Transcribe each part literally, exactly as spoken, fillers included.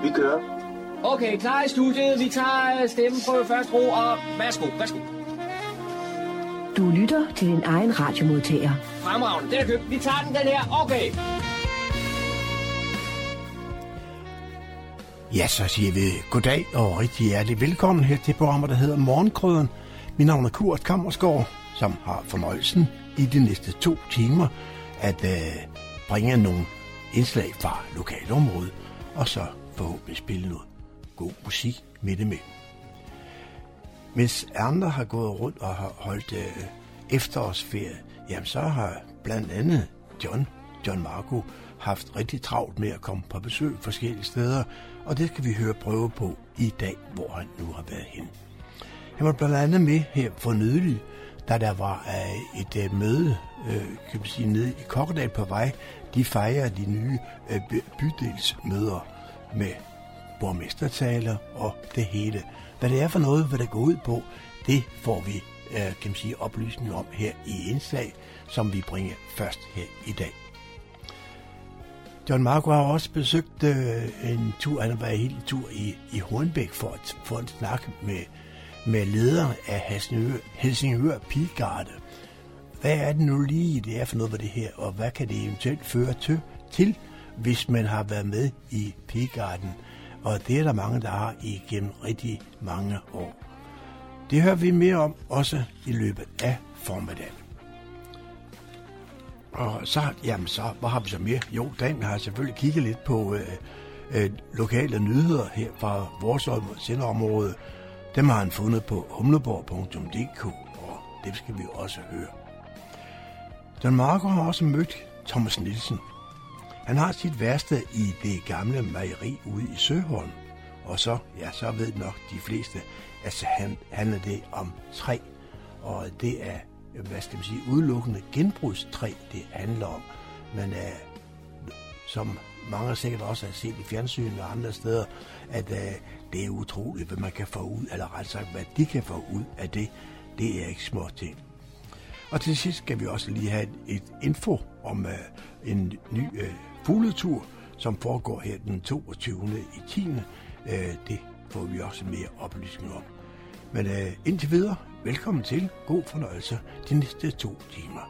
Vi kører. Okay, klar i studiet. Vi tager stemmen på første ro, og værsgo, værsgo. Du lytter til din egen radiomodtager. Fremragende, den er købt. Vi tager den, den her. Okay. Ja, så siger vi goddag og rigtig hjertelig velkommen her til programmet, der hedder Morgenkrøden. Mit navn er Kurt Kammersgaard, som har fornøjelsen i de næste to timer at øh, bringe nogle indslag fra lokalområdet, og så forhåbentlig spille noget god musik midt imellem. Mens andre har gået rundt og har holdt øh, efterårsferie, jamen så har blandt andet John, John Marco haft rigtig travlt med at komme på besøg forskellige steder, og det skal vi høre prøve på i dag, hvor han nu har været hen. Han var blandt andet med her for nylig, da der var øh, et øh, møde øh, kan man sige, nede i Kokkedal på vej. De fejrer de nye øh, bydelsmøder med borgmestertaler og det hele. Hvad det er for noget, hvad det går ud på, det får vi øh, kan man sige, oplysning om her i indslag, som vi bringer først her i dag. John Marco har også besøgt øh, en tur, han har været helt en tur i, i Hornbæk for at få en snak med, med lederen af Helsingør, Helsingør Pigegarde. Hvad er det nu lige, det er for noget ved det her, og hvad kan det eventuelt føre til, til hvis man har været med i Pigegarden? Og det er der mange, der har igennem rigtig mange år. Det hører vi mere om også i løbet af formiddagen. Og så, jamen så, hvad har vi så mere? Jo, Dan har selvfølgelig kigget lidt på øh, øh, lokale nyheder her fra vores sendeområde. Dem har han fundet på humleborg punktum d k, og det skal vi også høre. John Marco har også mødt Thomas Nielsen. Han har sit værsted i det gamle mejeri ude i Søholm. Og så, ja, så ved nok de fleste, at så handler det om træ. Og det er, hvad skal man sige, udelukkende genbrugstræ, det handler om. Men uh, som mange sikkert også har set i fjernsynet og andre steder, at uh, det er utroligt, hvad man kan få ud, eller ret sagt, hvad de kan få ud af det. Det er ikke små ting. Og til sidst skal vi også lige have et, et info om uh, en ny uh, fugletur, som foregår her den toogtyvende i tiende Uh, det får vi også mere oplysning om. Men uh, indtil videre, velkommen til. God fornøjelse de næste to timer.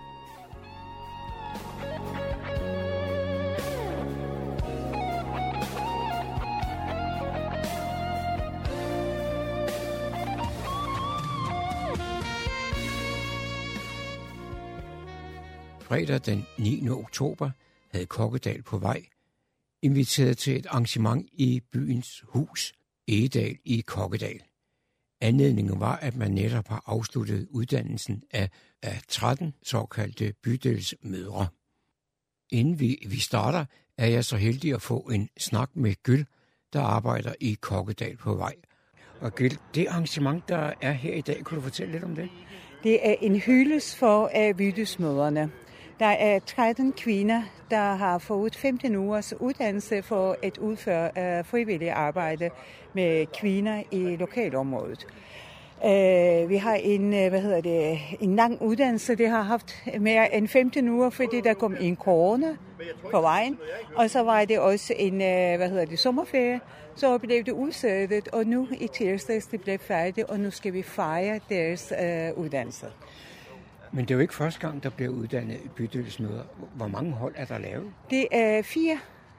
Fredag den niende oktober havde Kokkedal på vej inviteret til et arrangement i byens hus, Egedal i Kokkedal. Anledningen var, at man netop har afsluttet uddannelsen af, af tretten såkaldte bydelsmødre. Inden vi, vi starter, er jeg så heldig at få en snak med Gyld, der arbejder i Kokkedal på vej. Og Gyld, det arrangement, der er her i dag, kunne du fortælle lidt om det? Det er en hyldest for uh, bydelsmødrene. Der er tretten kvinder, der har fået femten ugers uddannelse for at udføre uh, frivilligt arbejde med kvinder i lokalområdet. Uh, vi har en, uh, hvad hedder det, en lang uddannelse. Det har haft mere end femten uger, fordi der kom en corona på vejen. Og så var det også en uh, hvad hedder det, sommerferie. Så blev det udsættet, og nu i tirsdags det blev færdigt, og nu skal vi fejre deres uh, uddannelse. Men det er jo ikke første gang, der bliver uddannet i bydelsmøder. Hvor mange hold er der lavet? Det er fire,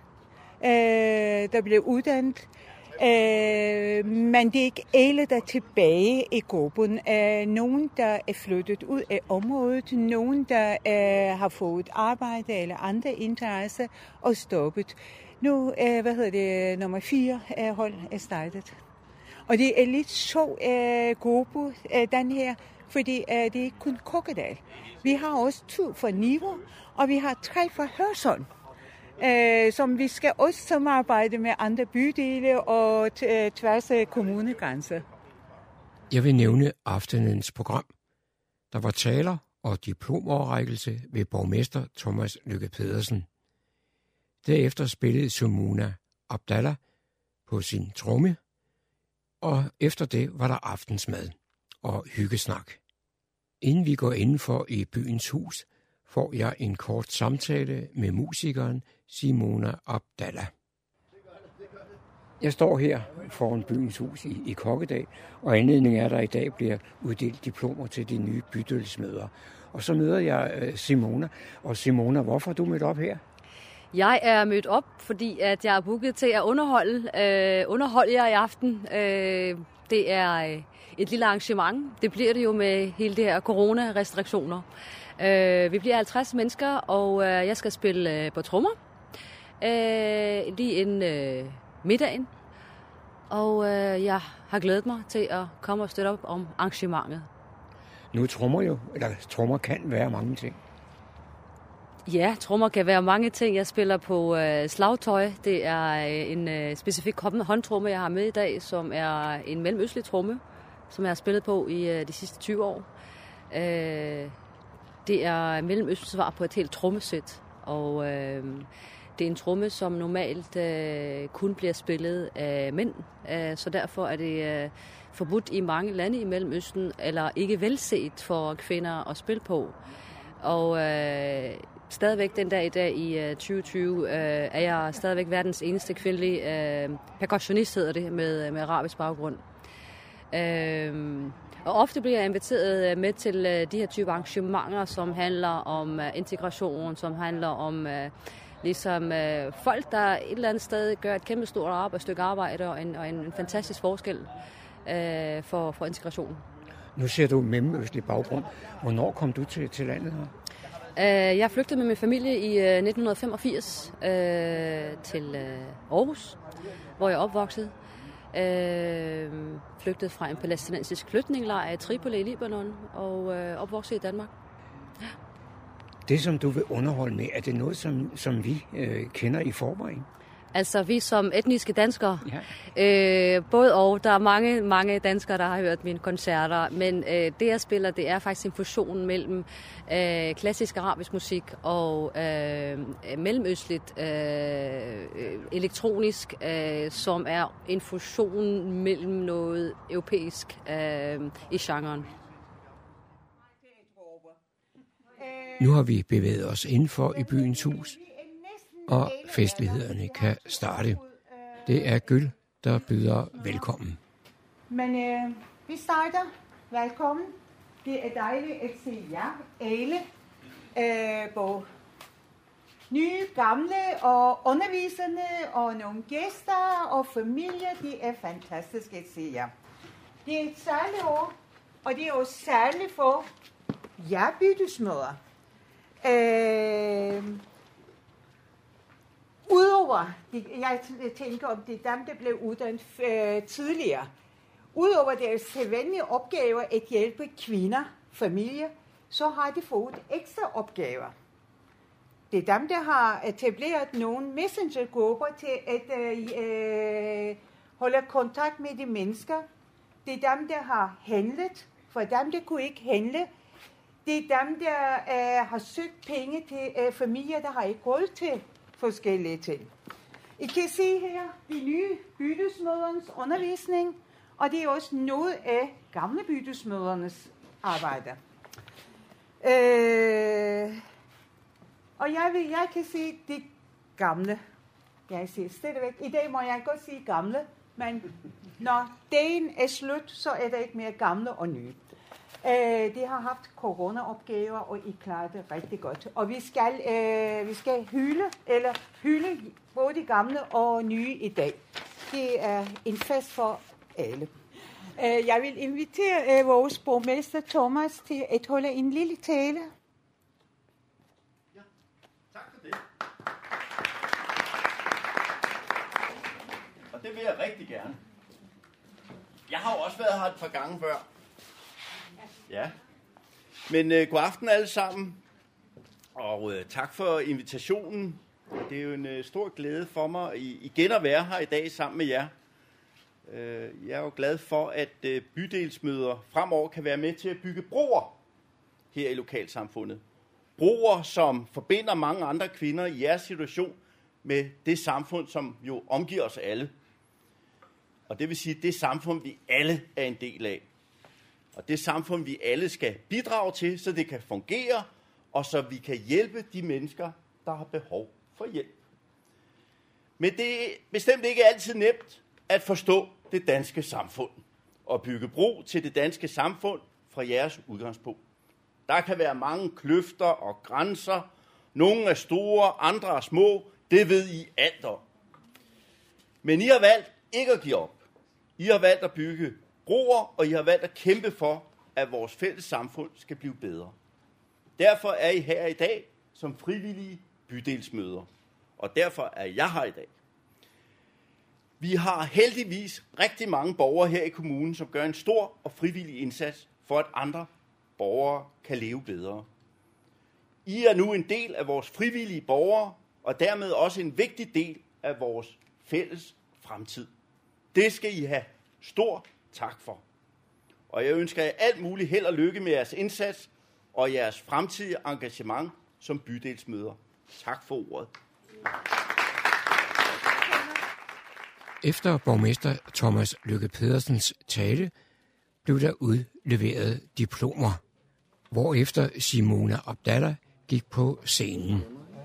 øh, der bliver uddannet. Øh, men det er ikke alle, der er tilbage i gruppen. Øh, nogen, der er flyttet ud af området. Nogen, der øh, har fået arbejde eller andre interesser og stoppet. Nu øh, hvad hedder det, nummer fire øh, hold er startet. Og det er lidt så øh, gruppe, øh, den her, fordi øh, det er ikke kun Kokkedal. Vi har også to fra Niveau, og vi har tre fra Hørsholm, øh, som vi skal også samarbejde med andre bydele og t- tværs af kommunegrænser. Jeg vil nævne aftenens program. Der var taler og diplomoverrækkelse ved borgmester Thomas Lykke Pedersen. Derefter spillede Sumuna Abdallah på sin tromme, og efter det var der aftensmad og hyggesnak. Inden vi går indenfor i byens hus, får jeg en kort samtale med musikeren Simona Abdallah. Jeg står her foran Byens Hus i, i Kokkedal, og anledningen er, at der i dag bliver uddelt diplomer til de nye bydelsmøder. Og så møder jeg øh, Simona. Og Simona, hvorfor er du mødt op her? Jeg er mødt op, fordi at jeg er booket til at underholde, øh, underholde jer i aften. Øh, det er et lille arrangement. Det bliver det jo med hele det her corona-restriktioner. Øh, vi bliver halvtreds mennesker, og øh, jeg skal spille øh, på trommer øh, lige inden øh, middagen. Og øh, jeg har glædet mig til at komme og støtte op om arrangementet. Nu trommer jo, eller trommer kan være mange ting. Ja, trommer kan være mange ting. Jeg spiller på øh, slagtøj. Det er øh, en øh, specifik håndtromme, jeg har med i dag, som er en mellemøstlig tromme, som jeg har spillet på i øh, de sidste tyve år. Øh, det er mellemøstligt svar på et helt trommesæt, og øh, det er en tromme, som normalt øh, kun bliver spillet af mænd, øh, så derfor er det øh, forbudt i mange lande i Mellemøsten, eller ikke velset for kvinder at spille på. Og øh, stadigvæk den dag i dag i uh, tyve tyve uh, er jeg stadigvæk verdens eneste kvindelige uh, percussionist, hedder det, med, med arabisk baggrund. Uh, og ofte bliver jeg inviteret med til uh, de her type arrangementer, som handler om uh, integration, som handler om uh, ligesom uh, folk, der et eller andet sted gør et kæmpe stort arbejde, stykke arbejde og en, og en, en fantastisk forskel uh, for, for integration. Nu ser du mellemøstlig baggrund. Hvornår kom du til, til landet her? Jeg flygtede med min familie i nitten femogfirs øh, til øh, Aarhus, hvor jeg er opvokset. Øh, flygtede fra en palæstinensisk flygtningelejr i Tripoli i Libanon og øh, opvokset i Danmark. Ja. Det, som du vil underholde med, er det noget, som, som vi øh, kender i forvejen? Altså vi som etniske danskere, ja. øh, både og, der er mange, mange danskere, der har hørt mine koncerter, men øh, det jeg spiller, det er faktisk en fusion mellem øh, klassisk arabisk musik og øh, mellemøstligt øh, elektronisk, øh, som er en fusion mellem noget europæisk øh, i genren. Nu har vi bevæget os indenfor i Byens Hus, og festlighederne kan starte. Det er Gyll, der byder velkommen. Men øh, vi starter. Velkommen. Det er dejligt at se jer alle. Øh, både nye, gamle og underviserne og nogle gæster og familie. Det er fantastisk at se jer. Det er et særligt år, og det er jo særligt for jer bydelsmøder. Øh, Udover, jeg tænker om det er dem, der blev uddannet øh, tidligere, udover deres sædvanlige opgaver at hjælpe kvinder, familier, så har de fået ekstra opgaver. Det er dem, der har etableret nogle messengergrupper til at øh, holde kontakt med de mennesker. Det er dem, der har handlet, for dem, der kunne ikke handle. Det er dem, der øh, har søgt penge til øh, familier, der har ikke råd til forskellige ting. I kan se her de nye bydelsmødernes undervisning, og det er også noget af gamle bydelsmødernes arbejde. Øh, og jeg, vil, jeg kan se det gamle. Jeg siger stadigvæk, i dag må jeg godt sige gamle, men når dagen er slut, så er der ikke mere gamle og nye. Øh, de har haft corona-opgaver, og I klarer det rigtig godt. Og vi skal, øh, vi skal hylde, eller hylde både de gamle og nye i dag. Det er en fest for alle. Øh, jeg vil invitere øh, vores borgmester Thomas til at holde en lille tale. Ja, tak for det. Og det vil jeg rigtig gerne. Jeg har jo også været her et par gange før. Ja, men øh, god aften alle sammen, og øh, tak for invitationen. Det er jo en øh, stor glæde for mig i, igen at være her i dag sammen med jer. Øh, jeg er jo glad for, at øh, bydelsmøder fremover kan være med til at bygge broer her i lokalsamfundet. Broer, som forbinder mange andre kvinder i jeres situation med det samfund, som jo omgiver os alle. Og det vil sige, det samfund, vi alle er en del af. Og det samfund, vi alle skal bidrage til, så det kan fungere, og så vi kan hjælpe de mennesker, der har behov for hjælp. Men det er bestemt ikke altid nemt at forstå det danske samfund og bygge bro til det danske samfund fra jeres udgangspunkt. Der kan være mange kløfter og grænser. Nogle er store, andre er små. Det ved I alt om. Men I har valgt ikke at give op. I har valgt at bygge broer, og I har valgt at kæmpe for, at vores fælles samfund skal blive bedre. Derfor er I her i dag som frivillige bydelsmøder. Og derfor er jeg her i dag. Vi har heldigvis rigtig mange borgere her i kommunen, som gør en stor og frivillig indsats for, at andre borgere kan leve bedre. I er nu en del af vores frivillige borgere, og dermed også en vigtig del af vores fælles fremtid. Det skal I have stor tak for. Og jeg ønsker jer alt muligt held og lykke med jeres indsats og jeres fremtidige engagement som bydelsmøder. Tak for ordet. Efter borgmester Thomas Lykke Pedersens tale blev der udleveret diplomer, hvorefter Simona Abdallah gik på scenen.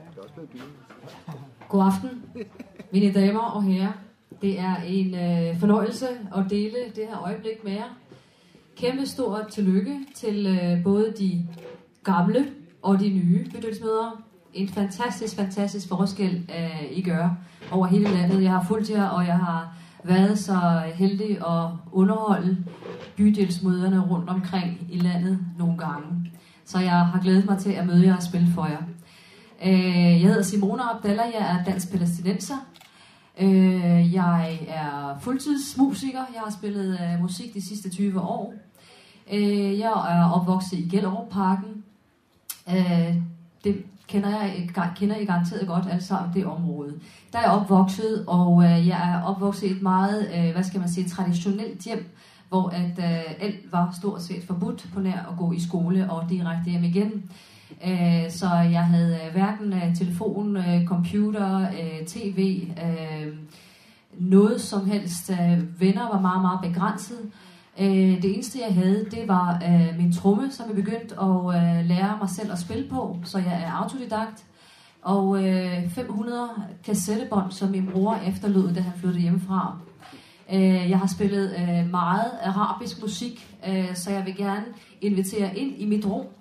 God aften, mine damer og herrer. Det er en øh, fornøjelse at dele det her øjeblik med jer. Kæmpe stort tillykke til øh, både de gamle og de nye bydelsmødre. En fantastisk, fantastisk forskel, øh, I gør over hele landet. Jeg har fulgt jer, og jeg har været så heldig at underholde bydelsmøderne rundt omkring i landet nogle gange. Så jeg har glædet mig til at møde jer og spille for jer. Jeg hedder Simona Abdallah, jeg er dansk palæstinenser. Jeg er fuldtidsmusiker, jeg har spillet musik de sidste tyve år. Jeg er opvokset i Gellerupparken. Det kender jeg kender I garanteret godt alle sammen, det område. Der er jeg opvokset, og jeg er opvokset i et meget, hvad skal man sige, traditionelt hjem, hvor at alt var stort set forbudt på nær at gå i skole og direkte hjem igen. Så jeg havde hverken telefon, computer, tv, noget som helst. Venner var meget, meget begrænset. Det eneste jeg havde, det var min tromme, som jeg begyndte at lære mig selv at spille på, så jeg er autodidakt. Og fem hundrede kassettebånd, som min bror efterlod, da han flyttede hjemmefra. Jeg har spillet meget arabisk musik, så jeg vil gerne invitere ind i mit rum.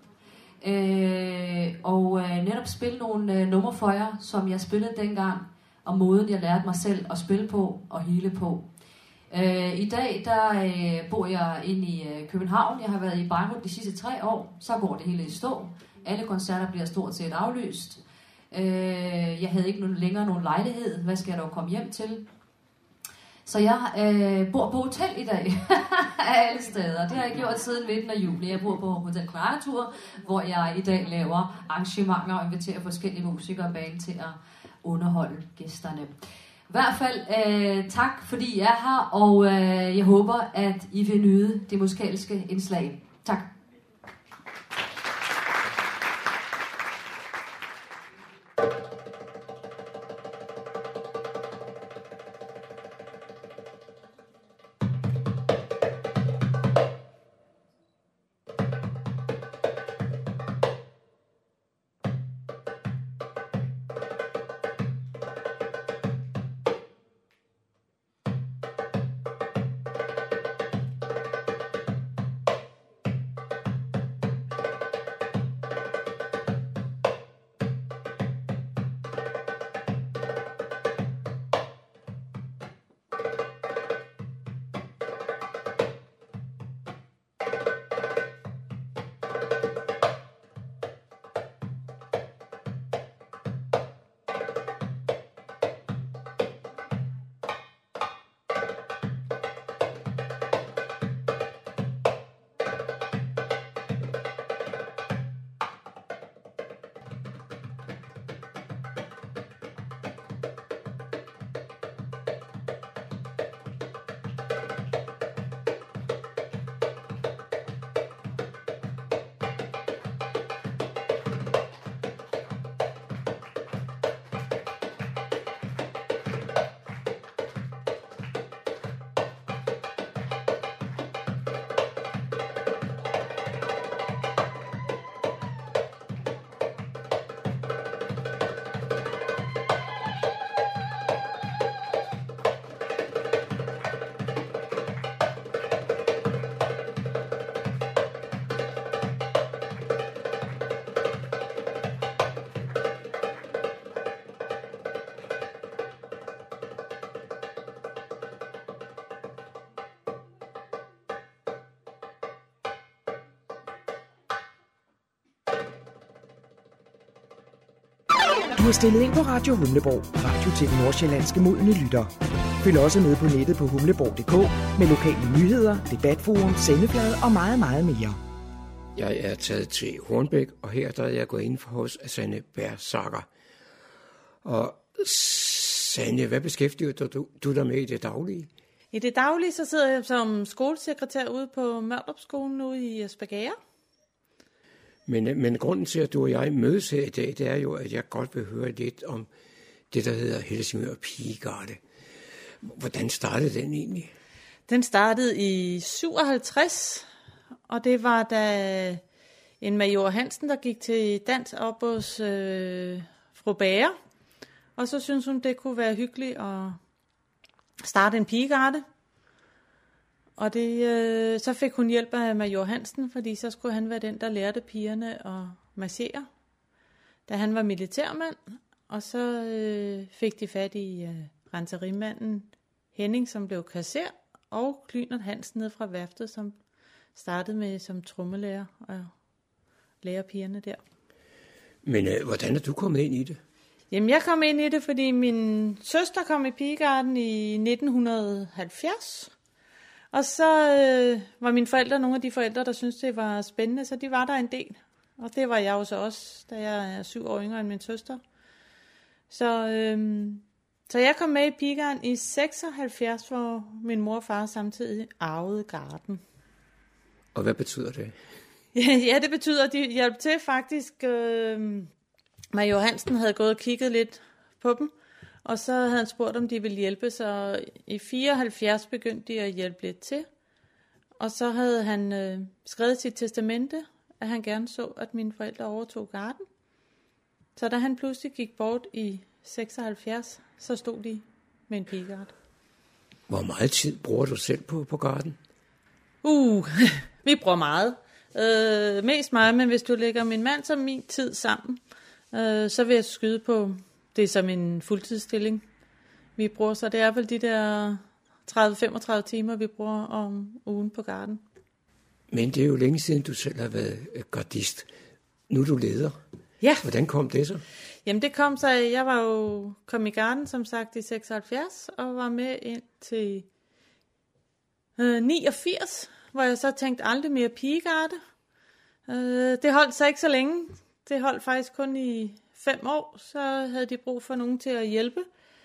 Og netop spille nogle numre for jer, som jeg spillede dengang, og måden jeg lærte mig selv at spille på og hele på. I dag der bor jeg inde i København. Jeg har været i Beirut de sidste tre år. Så går det hele i stå. Alle koncerter bliver stort set aflyst. Jeg havde ikke længere nogen lejlighed. Hvad skal jeg dog komme hjem til? Så jeg øh, bor på hotel i dag, af alle steder. Det har jeg gjort siden midten af juli. Jeg bor på Hotel Kreatur, hvor jeg i dag laver arrangementer og inviterer forskellige musikere og band til at underholde gæsterne. I hvert fald øh, tak, fordi I er her, og øh, jeg håber, at I vil nyde det musikalske indslag. Tak. Du er stillet ind på Radio Humleborg, radio til den nordsjællandske modne lytter. Følg også med på nettet på humleborg punktum d k med lokale nyheder, debatforum, sendeflade og meget, meget mere. Jeg er taget til Hornbæk, og her der er jeg gået ind for hos Sanne Bersager. Og Sanne, hvad beskæftiger du, du dig med i det daglige? I det daglige så sidder jeg som skolesekretær ude på Mørdrupskolen ude i Espergærde. Men, men grunden til, at du og jeg mødes her i dag, det er jo, at jeg godt vil høre lidt om det, der hedder Helsingør Pigegarde. Hvordan startede den egentlig? Den startede i syvoghalvtreds, og det var da en major Hansen, der gik til dans op hos øh, fru Bager. Og så syntes hun, det kunne være hyggeligt at starte en pigegarde. Og det, øh, så fik hun hjælp af major Hansen, fordi så skulle han være den, der lærte pigerne at marchere, da han var militærmand. Og så øh, fik de fat i øh, renserimanden Henning, som blev kasser, og Klynert Hansen ned fra værftet, som startede med som trommelærer og lærer pigerne der. Men øh, hvordan er du kommet ind i det? Jamen, jeg kom ind i det, fordi min søster kom i pigegarden i nitten halvfjerds. Og så øh, var mine forældre nogle af de forældre, der syntes, det var spændende, så de var der en del. Og det var jeg jo så også, da jeg er syv år yngre end min søster. Så, øh, så jeg kom med i pigegarden i seksoghalvfjerds, hvor min mor og far samtidig arvede garden. Og hvad betyder det? Ja, det betyder, at de hjalp til faktisk. Øh, Major Hansen havde gået og kigget lidt på dem, og så havde han spurgt, om de ville hjælpe, så i fireoghalvfjerds begyndte de at hjælpe lidt til. Og så havde han øh, skrevet sit testamente, at han gerne så, at mine forældre overtog garden. Så da han pludselig gik bort i seksoghalvfjerds, så stod de med en pigegard. Hvor meget tid bruger du selv på, på garden? Uh, vi bruger meget. Øh, mest meget, men hvis du lægger min mand og min tid sammen, øh, så vil jeg skyde på det som en fuldtidsstilling. Vi bruger, så det er vel de der tredive til femogtredive timer, vi bruger om ugen på garden. Men det er jo længe siden, du selv har været gardist. Nu er du leder. Ja. Hvordan kom det så? Jamen det kom så, jeg var jo kom i garden, som sagt, i seksoghalvfjerds, og var med ind til øh, niogfirs, hvor jeg så tænkte aldrig mere pigegarde. Øh, det holdt så ikke så længe. Det holdt faktisk kun i fem år, så havde de brug for nogen til at hjælpe.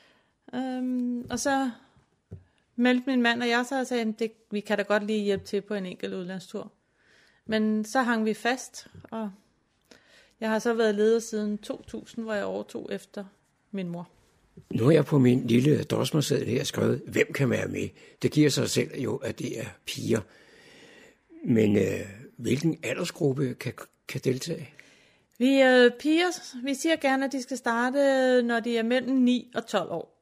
Øhm, og så meldte min mand og jeg så og sagde, at det, vi kan da godt lige hjælpe til på en enkelt udlandstur. Men så hang vi fast, og jeg har så været leder siden to tusind, hvor jeg overtog efter min mor. Nu har jeg på min lille drosmerseddel her skrevet, hvem kan være med? Det giver sig selv jo, at det er piger. Men øh, hvilken aldersgruppe kan, kan deltage? Vi øh, piger, vi siger gerne, at de skal starte, når de er mellem ni og tolv år.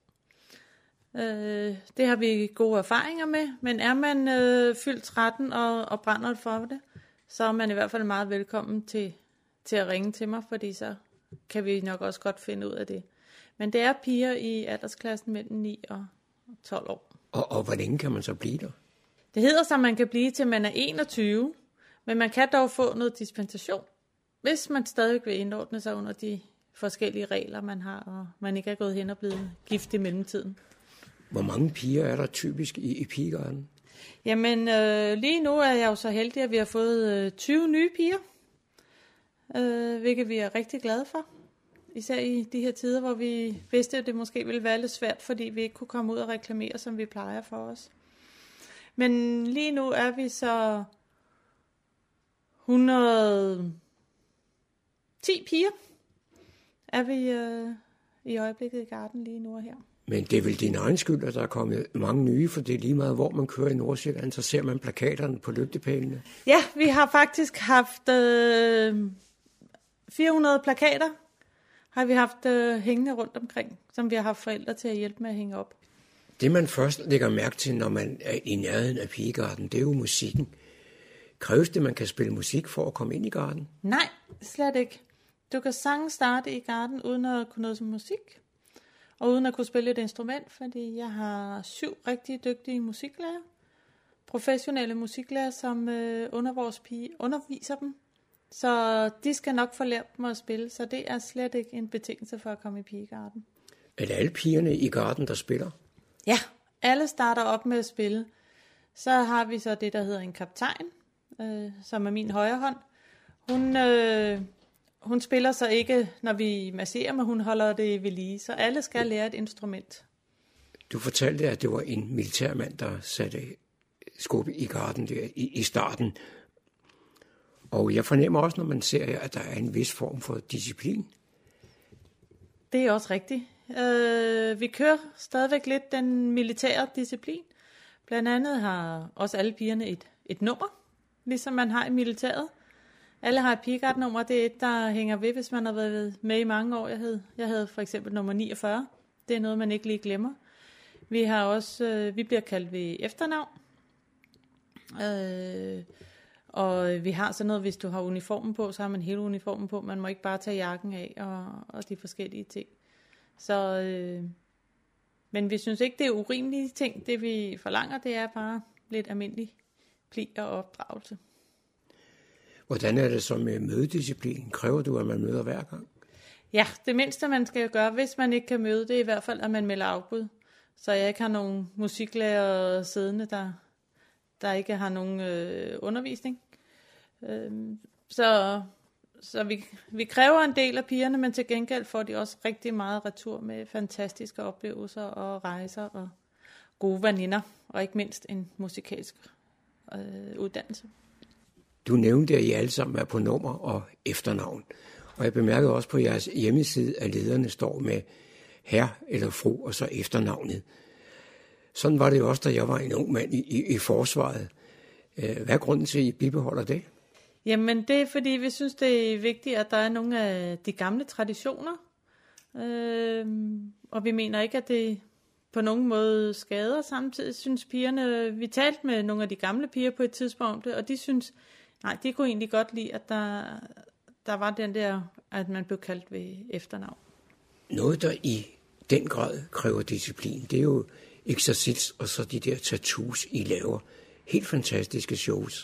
Øh, det har vi gode erfaringer med, men er man øh, fyldt tretten og, og brænder for det, så er man i hvert fald meget velkommen til, til at ringe til mig, fordi så kan vi nok også godt finde ud af det. Men det er piger i aldersklassen mellem ni og tolv år. Og, og hvor længe kan man så blive der? Det hedder så, at man kan blive til man er enogtyve, men man kan dog få noget dispensation, hvis man stadig vil indordne sig under de forskellige regler, man har, og man ikke er gået hen og blevet gift i mellemtiden. Hvor mange piger er der typisk i, i pigegarden? Jamen, øh, lige nu er jeg jo så heldig, at vi har fået øh, tyve nye piger, øh, hvilket vi er rigtig glade for. Især i de her tider, hvor vi vidste, at det måske ville være lidt svært, fordi vi ikke kunne komme ud og reklamere, som vi plejer for os. Men lige nu er vi så hundrede og ti piger, er vi øh, i øjeblikket i garden lige nu og her. Men det er vel din egen skyld, at der er kommet mange nye, for det er lige meget, hvor man kører i Nordsjælland, så ser man plakaterne på lygtepælene. Ja, vi har faktisk haft øh, fire hundrede plakater, har vi haft øh, hængende rundt omkring, som vi har haft forældre til at hjælpe med at hænge op. Det man først lægger mærke til, når man er i nærheden af pigegarden, det er jo musikken. Kræves det, man kan spille musik for at komme ind i garden? Nej, slet ikke. Du kan sagtens starte i garden uden at kunne noget som musik, og uden at kunne spille et instrument, fordi jeg har syv rigtig dygtige musiklærer, professionelle musiklærer, som øh, under vores pige underviser dem Så de skal nok få lært dem at spille, så det er slet ikke en betingelse for at komme i pigegarden. Er det alle pigerne i garden, der spiller? Ja, alle starter op med at spille. Så har vi så det, der hedder en kaptajn, øh, som er min højre hånd. Hun, øh, hun spiller så ikke, når vi masserer, men hun holder det ved lige. Så alle skal lære et instrument. Du fortalte, at det var en militærmand, der satte skub i garden der i, i starten. Og jeg fornemmer også, når man ser, at der er en vis form for disciplin. Det er også rigtigt. Øh, vi kører stadigvæk lidt den militære disciplin. Blandt andet har også alle pigerne et, et nummer, ligesom man har i militæret. Alle har et pigegardenummer. Det er et, der hænger ved, hvis man har været med i mange år. Jeg havde, jeg havde for eksempel nummer niogfyrre. Det er noget, man ikke lige glemmer. Vi har også, øh, vi bliver kaldt ved efternavn. Øh, og vi har sådan noget, hvis du har uniformen på, så har man hele uniformen på. Man må ikke bare tage jakken af og, og de forskellige ting. Så, øh, men vi synes ikke, det er urimelige ting. Det vi forlanger, det er bare lidt almindelig pli og opdragelse. Hvordan er det så med mødedisciplin? Kræver du, at man møder hver gang? Ja, det mindste man skal gøre, hvis man ikke kan møde, det er i hvert fald, at man melder afbud. Så jeg ikke har nogen musiklærer siddende, der, der ikke har nogen øh, undervisning. Øh, så så vi, vi kræver en del af pigerne, men til gengæld får de også rigtig meget retur med fantastiske oplevelser og rejser og gode veninder, og ikke mindst en musikalsk øh, uddannelse. Du nævnte, at I alle sammen er på nummer og efternavn. Og jeg bemærkede også på jeres hjemmeside, at lederne står med herre eller fru og så efternavnet. Sådan var det jo også, da jeg var en ung mand i, i, i forsvaret. Hvad er grunden til, at I bibeholder det? Jamen det er, fordi vi synes, det er vigtigt, at der er nogle af de gamle traditioner. Øh, og vi mener ikke, at det på nogen måde skader. Samtidig synes pigerne, vi talte med nogle af de gamle piger på et tidspunkt, og de synes, nej, de kunne egentlig godt lide, at der, der var den der, at man blev kaldt ved efternavn. Noget, der i den grad kræver disciplin, det er jo eksercits og så de der tattoos, I laver. Helt fantastiske shows.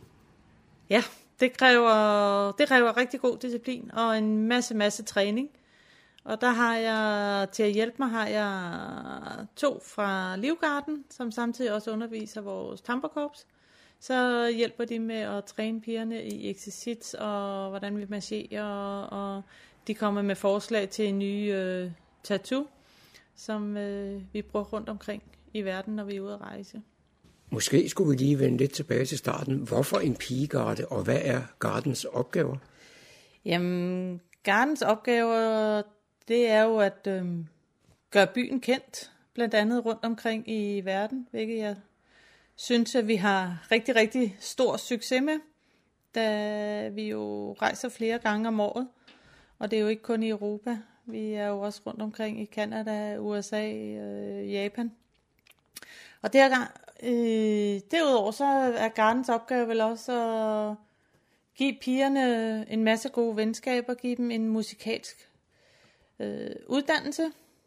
Ja, det kræver, det kræver rigtig god disciplin og en masse, masse træning. Og der har jeg, til at hjælpe mig, har jeg to fra Livgarden, som samtidig også underviser vores tamperkorps. Så hjælper de med at træne pigerne i eksercits og hvordan vi marcherer, og de kommer med forslag til nye øh, tattoo, som øh, vi bruger rundt omkring i verden, når vi er ude at rejse. Måske skulle vi lige vende lidt tilbage til starten. Hvorfor en pigegarde, og hvad er gardens opgaver? Jamen, gardens opgaver, det er jo at øh, gøre byen kendt, blandt andet rundt omkring i verden, hvilket jeg synes, at vi har rigtig, rigtig stor succes med, da vi jo rejser flere gange om året. Og det er jo ikke kun i Europa. Vi er jo også rundt omkring i Canada, U S A, øh, Japan. Og der, øh, derudover så er gardens opgave vel også at give pigerne en masse gode venskaber, give dem en musikalsk øh, uddannelse,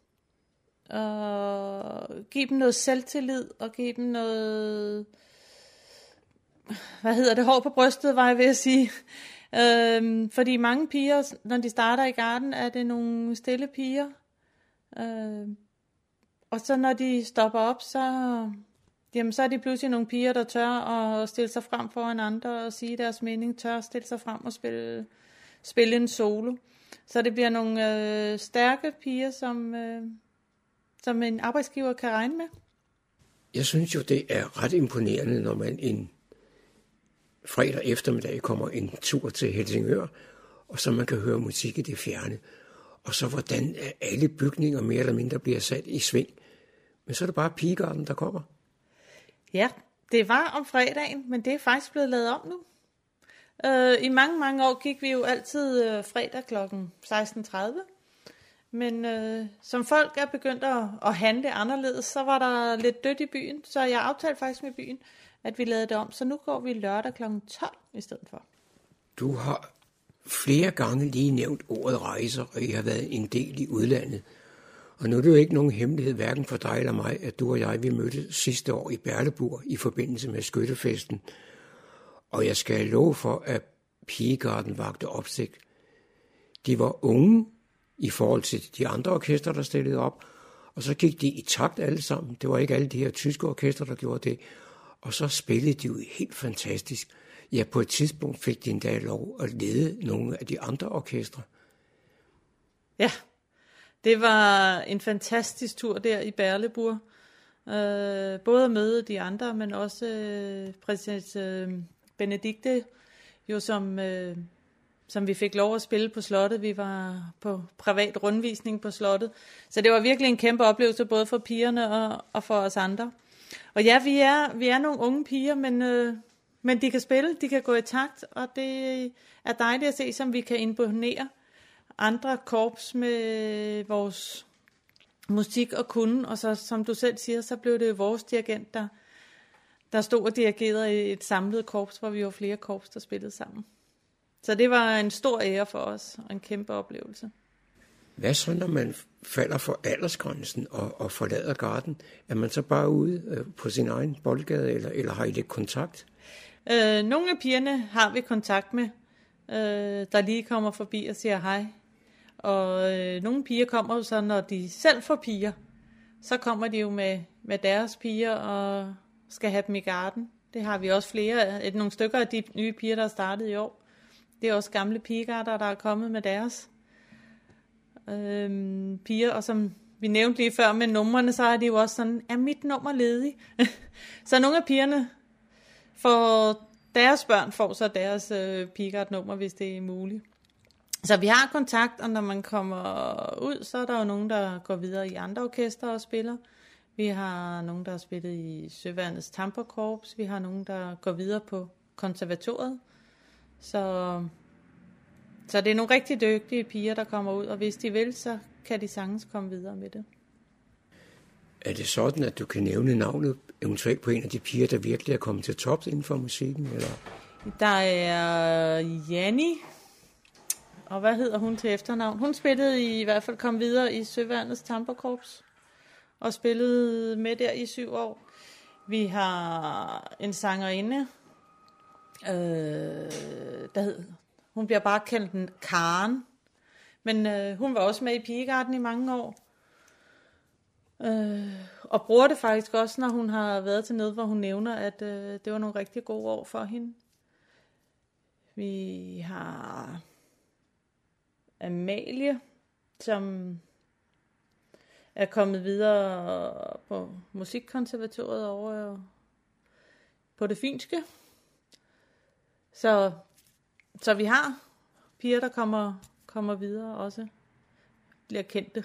og give dem noget selvtillid, og give dem noget, hvad hedder det, hår på brystet, var jeg ved at sige. Øhm, fordi mange piger, når de starter i garden, er det nogle stille piger. Øhm, og så når de stopper op, så, jamen, så er de pludselig nogle piger, der tør at stille sig frem foran andre og sige deres mening, tør at stille sig frem og spille, spille en solo. Så det bliver nogle øh, stærke piger, som, øh, som en arbejdsgiver kan regne med. Jeg synes jo, det er ret imponerende, når man en fredag eftermiddag kommer en tur til Helsingør, og så man kan høre musik i det fjerne. Og så hvordan alle bygninger mere eller mindre bliver sat i sving. Men så er det bare pigegarden, der kommer. Ja, det var om fredagen, men det er faktisk blevet lavet om nu. Øh, I mange, mange år gik vi jo altid øh, fredag klokken seksten tredive. Men øh, som folk er begyndt at, at handle anderledes, så var der lidt dødt i byen. Så jeg aftalte faktisk med byen, at vi lavede det om. Så nu går vi lørdag klokken tolv i stedet for. Du har flere gange lige nævnt ordet rejser, og I har været en del i udlandet. Og nu er det jo ikke nogen hemmelighed, hverken for dig eller mig, at du og jeg, vi mødte sidste år i Berleburg i forbindelse med skyttefesten. Og jeg skal love for, at Pigegarden vagte opsigt. De var unge i forhold til de andre orkestre, der stillede op, og så gik de i takt alle sammen. Det var ikke alle de her tyske orkestre, der gjorde det. Og så spillede de jo helt fantastisk. Ja, på et tidspunkt fik de endda lov at lede nogle af de andre orkestre. Ja, det var en fantastisk tur der i Berleburg. Øh, både at møde de andre, men også øh, præsident øh, Benedikte, jo som, øh, som vi fik lov at spille på slottet. Vi var på privat rundvisning på slottet. Så det var virkelig en kæmpe oplevelse, både for pigerne og, og for os andre. Og ja, vi er, vi er nogle unge piger, men, øh, men de kan spille, de kan gå i takt, og det er dejligt at se, som vi kan imponere andre korps med vores musik og kunden, og så som du selv siger, så blev det vores dirigent, der, der stod og dirigerede i et samlet korps, hvor vi var flere korps, der spillede sammen. Så det var en stor ære for os, og en kæmpe oplevelse. Hvad så, når man falder for aldersgrænsen og, og forlader garden? Er man så bare ude øh, på sin egen boldgade, eller, eller har I lidt kontakt? Øh, nogle af pigerne har vi kontakt med, øh, der lige kommer forbi og siger hej. Og øh, nogle piger kommer jo så, når de selv får piger, så kommer de jo med, med deres piger og skal have dem i garden. Det har vi også flere, et, nogle stykker af de nye piger, der er startet i år. Det er også gamle pigegarder, der er kommet med deres øh, piger. Og som vi nævnte lige før med numrene, så er de jo også sådan, er mit nummer ledig? Så nogle af pigerne får deres børn, får så deres øh, pigegardnummer, hvis det er muligt. Så vi har kontakt, og når man kommer ud, så er der jo nogen, der går videre i andre orkester og spiller. Vi har nogen, der har spillet i Søværnets Tamperkorps. Vi har nogen, der går videre på konservatoriet. Så, så det er nogle rigtig dygtige piger, der kommer ud, og hvis de vil, så kan de sagtens komme videre med det. Er det sådan, at du kan nævne navnet eventuelt på en af de piger, der virkelig er kommet til tops inden for musikken? Eller? Der er Janni. Og hvad hedder hun til efternavn? Hun spillede i, i hvert fald kom videre i Søværnets Tamperkorps og spillede med der i syv år. Vi har en sangerinde, øh, der hed, hun bliver bare kaldt en Karen, men øh, hun var også med i Pigegarden i mange år. Øh, og bruger det faktisk også, når hun har været til noget, hvor hun nævner, at øh, det var nogle rigtig gode år for hende. Vi har Amalie, som er kommet videre på musikkonservatoriet over på det fynske. Så, så vi har piger, der kommer, kommer videre også, bliver kendte.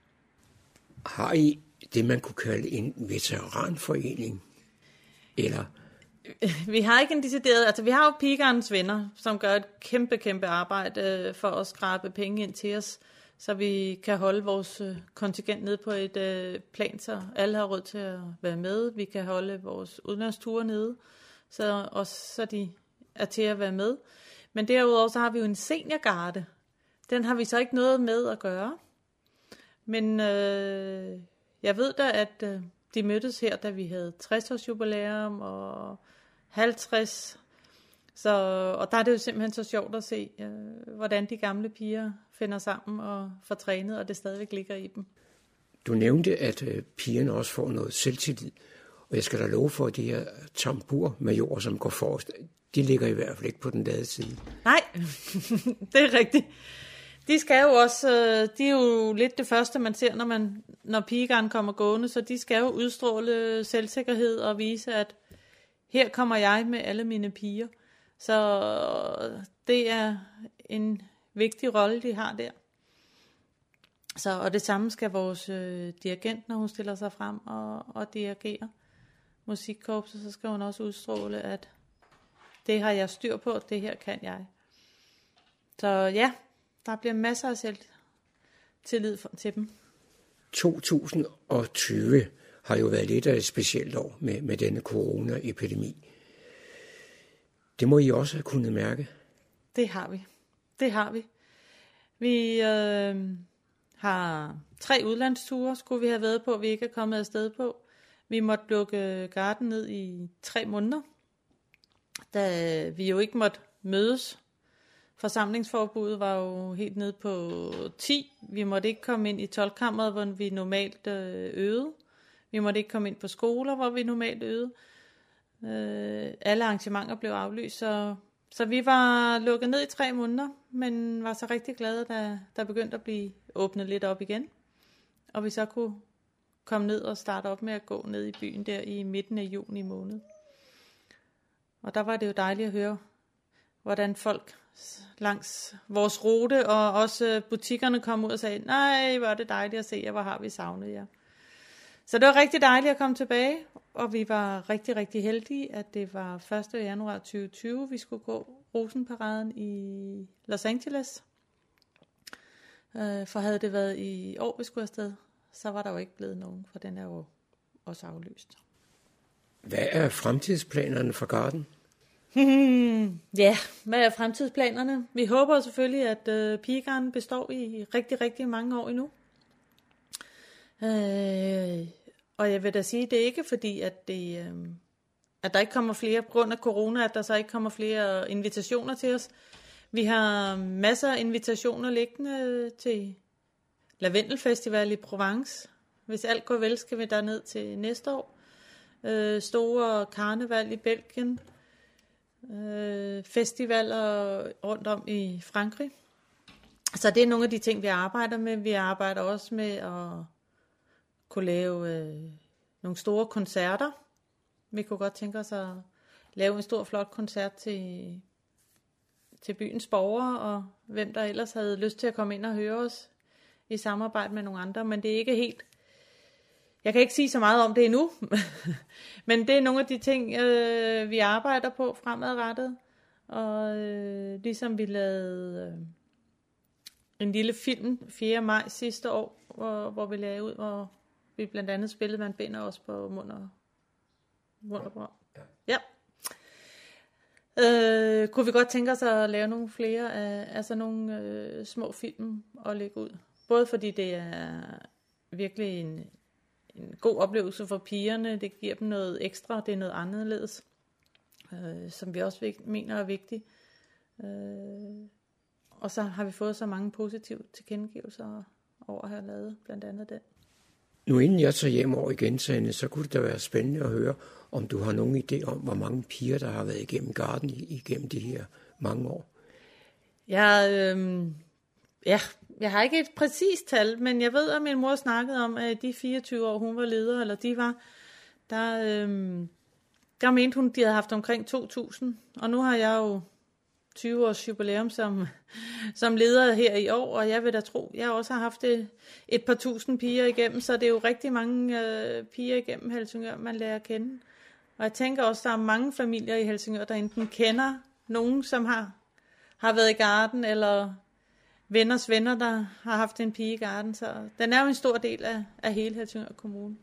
Har I det, man kunne kalde en veteranforening? Eller? Vi har ikke en decideret, altså vi har jo Pigegardens Venner, som gør et kæmpe, kæmpe arbejde for at skrabe penge ind til os, så vi kan holde vores kontingent nede på et plan, så alle har råd til at være med. Vi kan holde vores udlandsture nede, så, også, så de er til at være med. Men derudover så har vi jo en seniorgarde. Den har vi så ikke noget med at gøre. Men øh, jeg ved da, at øh, de mødtes her, da vi havde tres års jubilæum og halvtreds. Så, og der er det jo simpelthen så sjovt at se, øh, hvordan de gamle piger finder sammen og får trænet, og det stadigvæk ligger i dem. Du nævnte, at øh, pigerne også får noget selvtillid. Og jeg skal da love for, at de her tamburmajorer, som går forrest, de ligger i hvert fald ikke på den lade side. Nej, det er rigtigt. De skal jo også, de er jo lidt det første, man ser, når, man, når pigegarden kommer gående, så de skal jo udstråle selvsikkerhed og vise, at her kommer jeg med alle mine piger. Så det er en vigtig rolle, de har der. Så, og det samme skal vores øh, dirigent, når hun stiller sig frem og, og dirigerer musikkorpset, så skal hun også udstråle, at det har jeg styr på, det her kan jeg. Så ja, der bliver masser af selvtillid til dem. to tusind og tyve har jo været lidt af et specielt år med, med denne coronaepidemi. Det må I også have kunnet mærke. Det har vi. Det har vi. Vi øh, har tre udlandsture, skulle vi have været på, vi ikke er kommet afsted på. Vi måtte lukke garden ned i tre måneder, da vi jo ikke måtte mødes Forsamlingsforbuddet var jo helt nede på ti. Vi måtte ikke komme ind i toldkammeret, hvor vi normalt øvede. Vi måtte ikke komme ind på skoler, hvor vi normalt øvede. Øh, alle arrangementer blev aflyst, så, så vi var lukket ned i tre måneder, men var så rigtig glade, da der begyndte at blive åbnet lidt op igen. Og vi så kunne komme ned og starte op med at gå ned i byen der i midten af juni måned. Og der var det jo dejligt at høre, hvordan folk langs vores rute, og også butikkerne kom ud og sagde, nej, hvor er det dejligt at se jer, hvor har vi savnet jer. Så det var rigtig dejligt at komme tilbage, og vi var rigtig, rigtig heldige, at det var første januar tyve tyve, vi skulle gå Rosenparaden i Los Angeles. For havde det været i år, vi skulle afsted, så var der jo ikke blevet nogen, for den er jo også aflyst. Hvad er fremtidsplanerne for Garden? Hmm, ja, hvad er fremtidsplanerne? Vi håber selvfølgelig, at øh, Pigegarden består i rigtig, rigtig mange år endnu. Øh, og jeg vil da sige, det er ikke fordi, at, det, øh, at der ikke kommer flere, på grund af corona, at der så ikke kommer flere invitationer til os. Vi har masser af invitationer liggende til Lavendelfestival i Provence. Hvis alt går vel, skal vi derned til næste år. Øh, store karneval i Belgien. Øh, festivaler rundt om i Frankrig. Så det er nogle af de ting, vi arbejder med. Vi arbejder også med at kunne lave øh, nogle store koncerter. Vi kunne godt tænke os at lave en stor, flot koncert til, til byens borgere, og hvem der ellers havde lyst til at komme ind og høre os i samarbejde med nogle andre. Men det er ikke helt... Jeg kan ikke sige så meget om det endnu, men det er nogle af de ting, øh, vi arbejder på fremadrettet. Og øh, ligesom vi lavede øh, en lille film fjerde maj sidste år, hvor, hvor vi lagde ud, hvor vi blandt andet spillede Man binder os på mund og Wunderbar. Ja. Øh, kunne vi godt tænke os at lave nogle flere af altså nogle øh, små film og lægge ud. Både fordi det er virkelig en, en god oplevelse for pigerne. Det giver dem noget ekstra. Det er noget anderledes. Øh, som vi også mener er vigtigt. Øh, og så har vi fået så mange positive tilkendegivelser over at have lavet blandt andet den. Nu inden jeg tager hjem over igen, Sanne, så kunne det da være spændende at høre, om du har nogen idé om, hvor mange piger, der har været igennem Garden igennem de her mange år. Ja, øh, ja, jeg har ikke et præcist tal, men jeg ved, at min mor snakkede om, at de fireogtyve år, hun var leder, eller de var, der, øh, der mente hun, de havde haft omkring to tusind, og nu har jeg jo tyve års jubilæum som, som leder her i år, og jeg vil da tro, jeg også har haft et, et par tusind piger igennem, så det er jo rigtig mange øh, piger igennem Helsingør, man lærer at kende. Og jeg tænker også, der er mange familier i Helsingør, der enten kender nogen, som har, har været i Garden, eller venners venner, der har haft en pige i Garden, så den er jo en stor del af, af hele Helsingør Kommune.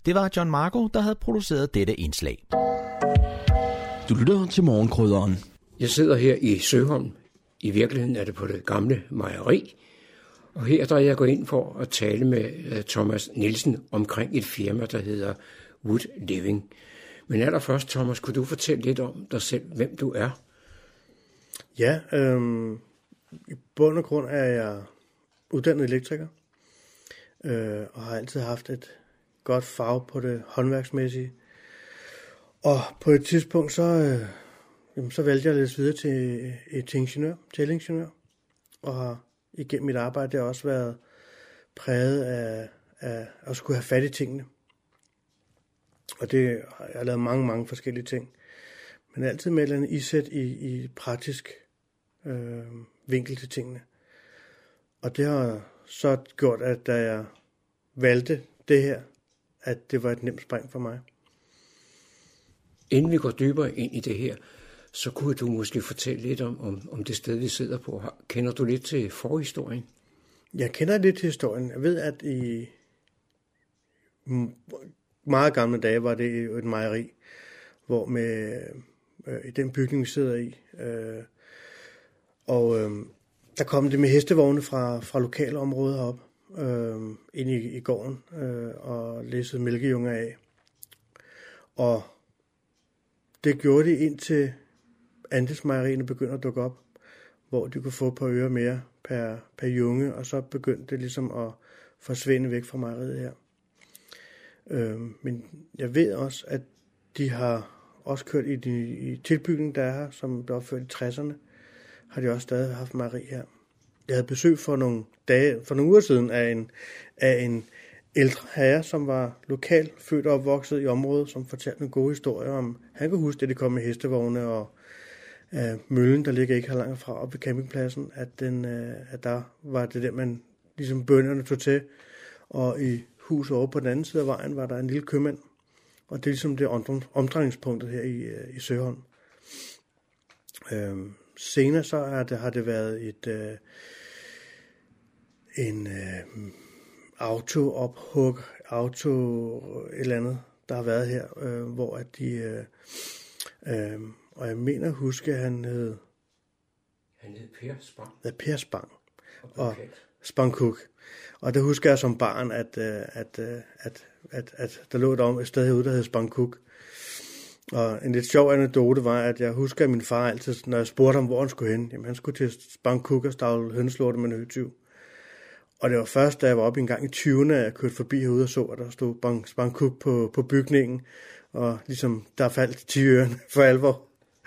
Det var John Marco, der havde produceret dette indslag. Du lytter til Morgenkrydderen. Jeg sidder her i Søholm. I virkeligheden er det på det gamle mejeri. Og her der er jeg gået ind for at tale med Thomas Nielsen omkring et firma, der hedder Wood Living. Men allerførst, Thomas, kunne du fortælle lidt om dig selv, hvem du er? Ja, øhm, i bund og grund er jeg uddannet elektriker, øh, og har altid haft et godt fag på det håndværksmæssige. Og på et tidspunkt, så, øh, jamen, så valgte jeg at læse videre til, øh, til ingeniør, til ingeniør, og har igennem mit arbejde der også været præget af, af at skulle have fat i tingene. Og det har jeg lavet mange, mange forskellige ting. Men altid med et eller andet isæt i, i praktisk øh, vinkel til tingene. Og det har så gjort, at da jeg valgte det her, at det var et nemt spring for mig. Inden vi går dybere ind i det her, så kunne du måske fortælle lidt om, om, om det sted, vi sidder på. Kender du lidt til forhistorien? Jeg kender lidt til historien. Jeg ved, at i meget gamle dage var det et mejeri, hvor med øh, i den bygning, vi sidder i, øh, og øh, der kom det med hestevogne fra, fra lokale områder op, øh, ind i, i gården, øh, og læssede mælkejunger af. Og det gjorde de indtil andelsmejerierne begyndte at dukke op, hvor de kunne få et par øre mere per, per junge, og så begyndte det ligesom at forsvinde væk fra mejeriet her. Øh, men jeg ved også, at de har også kørt i, de, i tilbygningen, der er her, som blev opført i tresserne, har de også stadig haft mejeri her. Jeg havde besøg for nogle dage, for nogle uger siden af en, af en ældre herre, som var lokal født og opvokset i området, som fortalte en god historie om, han kunne huske, at de kom med hestevogne og uh, møllen, der ligger ikke her langt fra op ved campingpladsen, at, den, uh, at der var det der, man ligesom bønderne tog til, og i huset over på den anden side af vejen var der en lille købmand, og det er ligesom det omdrejningspunktet her i, uh, i Søholm. Uh, senere så er det, har det været et uh, en uh, auto-ophug, auto et eller andet, der har været her, øh, hvor at de, øh, øh, og jeg mener at huske, at han hed... Han hed Per Spang. Ja, Per Spang. Og, og Spang Cook. Og det husker jeg som barn, at, øh, at, øh, at, at, at der lå et, om, et sted herude, der hed Spang Cook. Og en lidt sjov anekdote var, at jeg husker, at min far altid, når jeg spurgte ham, hvor han skulle hen, jamen han skulle til Spang Cook og stavle hønslorte med en høtyv. Og det var først, da jeg var oppe en gang i tyverne, at jeg kørte forbi herude og så, at der stod Spang Cook på, på bygningen. Og ligesom, der faldt ti ørerne for alvor.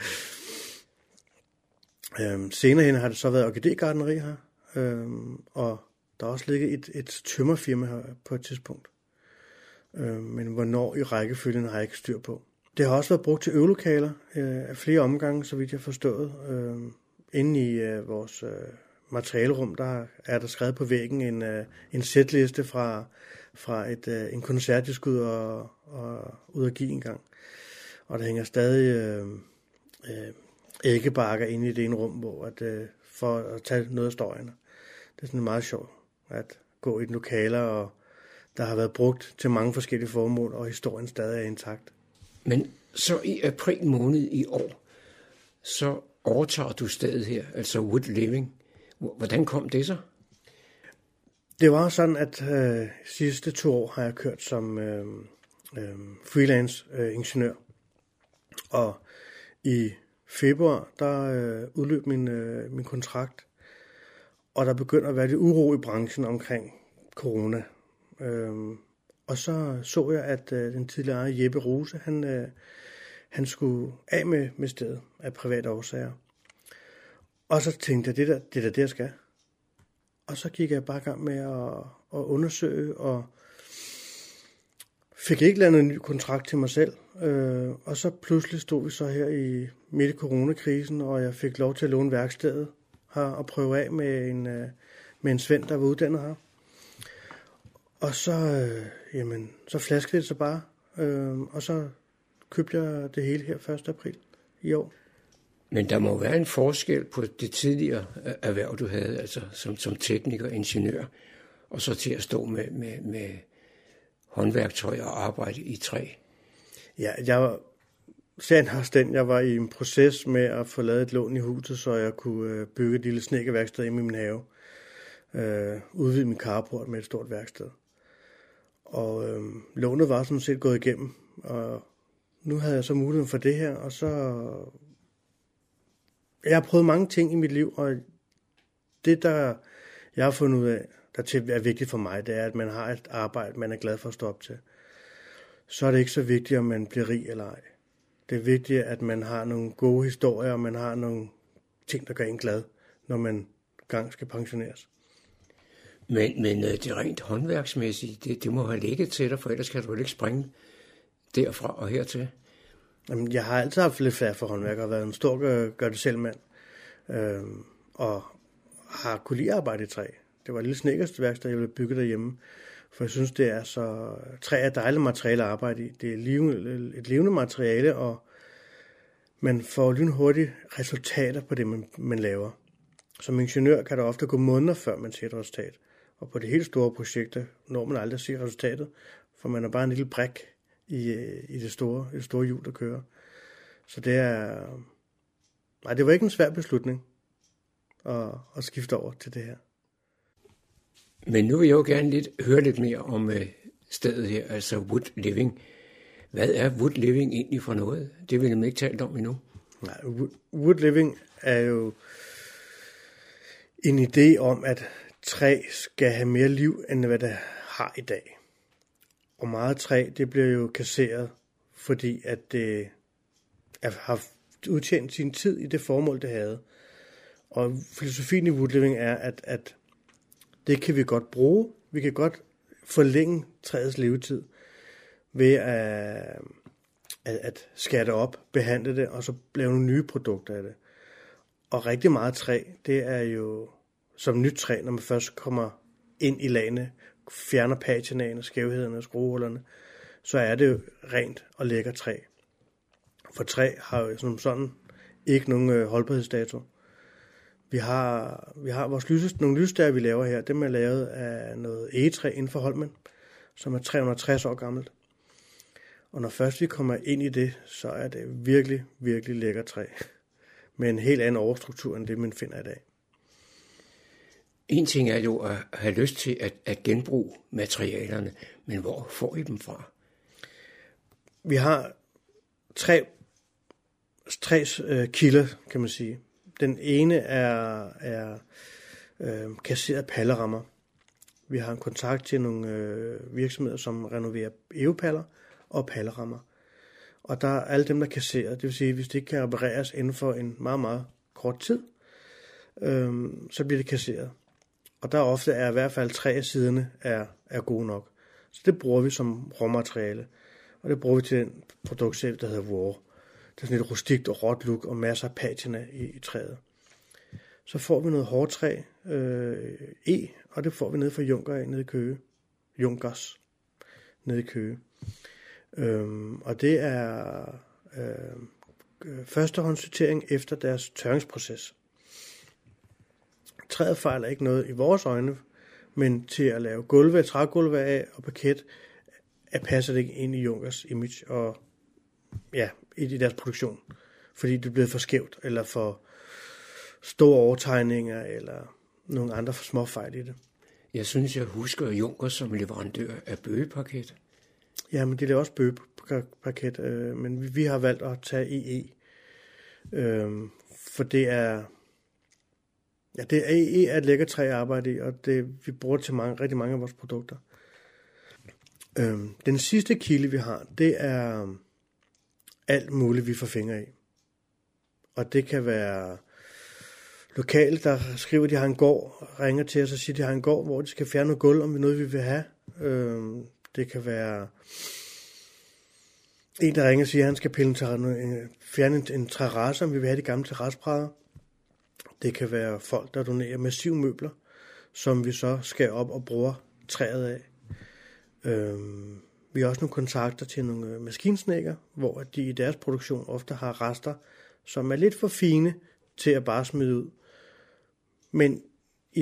Øhm, senere hen har det så været orkidégardneri her. Øhm, og der er også ligget et, et tømmerfirma her på et tidspunkt. Øhm, men hvornår i rækkefølgen har jeg ikke styr på. Det har også været brugt til øvelokaler øh, af flere omgange, så vidt jeg har forstået. Øhm, inde i øh, vores... Øh, materialerum, der er der skrevet på væggen en, uh, en setliste fra, fra et, uh, en koncert, jeg skulle ud og, og, ud og give en gang. Og der hænger stadig uh, uh, æggebakker inde i det ene rum, hvor at, uh, for at tage noget af støjen. Det er sådan meget sjovt at gå i et lokale, og der har været brugt til mange forskellige formål, og historien stadig er intakt. Men så i april måned i år, så overtager du stedet her, altså Wood Living. Hvordan kom det så? Det var sådan, at øh, sidste to år har jeg kørt som øh, øh, freelance øh, ingeniør. Og i februar, der øh, udløb min, øh, min kontrakt. Og der begynder at være lidt uro i branchen omkring corona. Øh, og så så jeg, at øh, den tidligere Jeppe Rose, han, øh, han skulle af med, med stedet af private årsager. Og så tænkte jeg, det er det, der, det jeg skal. Og så gik jeg bare i gang med at, at undersøge, og fik ikke lavet en ny kontrakt til mig selv. Øh, og så pludselig stod vi så her i midt i coronakrisen, og jeg fik lov til at låne værkstedet her og prøve af med en, med en svend, der var uddannet her. Og så, øh, jamen, så flaskede det så bare, øh, og så købte jeg det hele her første april i år. Men der må være en forskel på det tidligere erhverv, du havde, altså som, som tekniker, ingeniør, og så til at stå med, med, med håndværktøj og arbejde i træ? Ja, jeg var sagen også den, jeg var i en proces med at få lavet et lån i huset, så jeg kunne bygge et lille snedkerværksted i min have. Øh, udvide min carport med et stort værksted. Og øh, lånet var sådan set gået igennem, og nu havde jeg så muligheden for det her, og så... Jeg har prøvet mange ting i mit liv, og det, der jeg har fundet ud af, der er vigtigt for mig, det er, at man har et arbejde, man er glad for at stå op til. Så er det ikke så vigtigt, om man bliver rig eller ej. Det er vigtigt, at man har nogle gode historier, og man har nogle ting, der gør en glad, når man gang skal pensioneres. Men, men det rent håndværksmæssige, det, det må have ligget til dig, for ellers kan du ikke springe derfra og hertil. Jamen, jeg har altid haft lidt færd for håndværk, og været en stor gør, gør det selv mand, øh, og har kunne lide at arbejde i træ. Det var et lille snedkersværksted, jeg ville bygge derhjemme, for jeg synes, det er så... Træ er dejligt materiale at arbejde i. Det er levende, et levende materiale, og man får lynhurtigt resultater på det, man, man laver. Som ingeniør kan der ofte gå måneder, før man ser et resultat. Og på de helt store projekter når man aldrig ser resultatet, for man er bare en lille brik i, i det store, i det store hjul, der kører. Så det er... Nej, det var ikke en svær beslutning at, at skifte over til det her. Men nu vil jeg jo gerne lidt, høre lidt mere om uh, stedet her, altså Wood Living. Hvad er Wood Living egentlig for noget? Det vil jeg ikke talt om endnu. Nej, Wood Living er jo en idé om, at træ skal have mere liv, end hvad det har i dag. Og meget træ, det bliver jo kasseret, fordi at det har udtjent sin tid i det formål, det havde. Og filosofien i Wood Living er, at, at det kan vi godt bruge. Vi kan godt forlænge træets levetid ved at, at, at skære det op, behandle det, og så lave nogle nye produkter af det. Og rigtig meget træ, det er jo som nyt træ, når man først kommer ind i lagene, fjerner patinaen, skævhederne og skruehullerne, så er det jo rent og lækker træ. For træ har jo som sådan ikke nogen holdbarhedsdato. Vi har, vi har vores lyses, nogle lysestager, vi laver her. Dem er lavet af noget egetræ inden for Holmen, som er tre hundrede og tres år gammelt. Og når først vi kommer ind i det, så er det virkelig, virkelig lækker træ. Med en helt anden overstruktur, end det man finder i dag. En ting er jo at have lyst til at, at genbruge materialerne, men hvor får I dem fra? Vi har tre, tre øh, kilder, kan man sige. Den ene er, er øh, kasseret pallerammer. Vi har en kontakt til nogle øh, virksomheder, som renoverer E U-paller og pallerammer. Og der er alle dem, der er kasseret. Det vil sige, hvis det ikke kan repareres inden for en meget, meget kort tid, øh, så bliver det kasseret. Og der ofte er i hvert fald tre af siderne er, er gode nok. Så det bruger vi som råmateriale. Og det bruger vi til den produktserie, der hedder War. Det er sådan et rustikt og råt look og masser af patina i, i træet. Så får vi noget hårdtræ, øh, E, og det får vi nede fra Junker nede i Køge. Junkers nede i Køge. Øhm, og det er øh, førstehåndssortering efter deres tørringsproces. Træet fejler ikke noget i vores øjne, men til at lave gulve, trægulve af og parket, at passer det ikke ind i Junkers image og ja, i deres produktion. Fordi det er blevet for skævt, eller for store overtegninger, eller nogle andre for små fejl i det. Jeg synes, jeg husker Junkers som leverandør af bøgeparket. Ja, men de laver også bøgeparket, øh, men vi, vi har valgt at tage E E. Øh, for det er... Ja, det er, E E er et lækkert træ at arbejde i, og det, vi bruger det til mange, rigtig mange af vores produkter. Øh, den sidste kilde, vi har, det er alt muligt, vi får fingre i. Og det kan være lokale, der skriver, at de har en gård, ringer til os og siger, at de har en gård, hvor de skal fjerne noget gulv, om det er noget, vi vil have. Øh, det kan være en, der ringer og siger, at han skal pille en, fjerne en, en terrasse, om vi vil have de gamle terrassebrædder. Det kan være folk, der donerer massive møbler, som vi så skal op og bruger træet af. Øhm, vi har også nogle kontakter til nogle maskinsnedker, hvor de i deres produktion ofte har rester, som er lidt for fine til at bare smide ud. Men i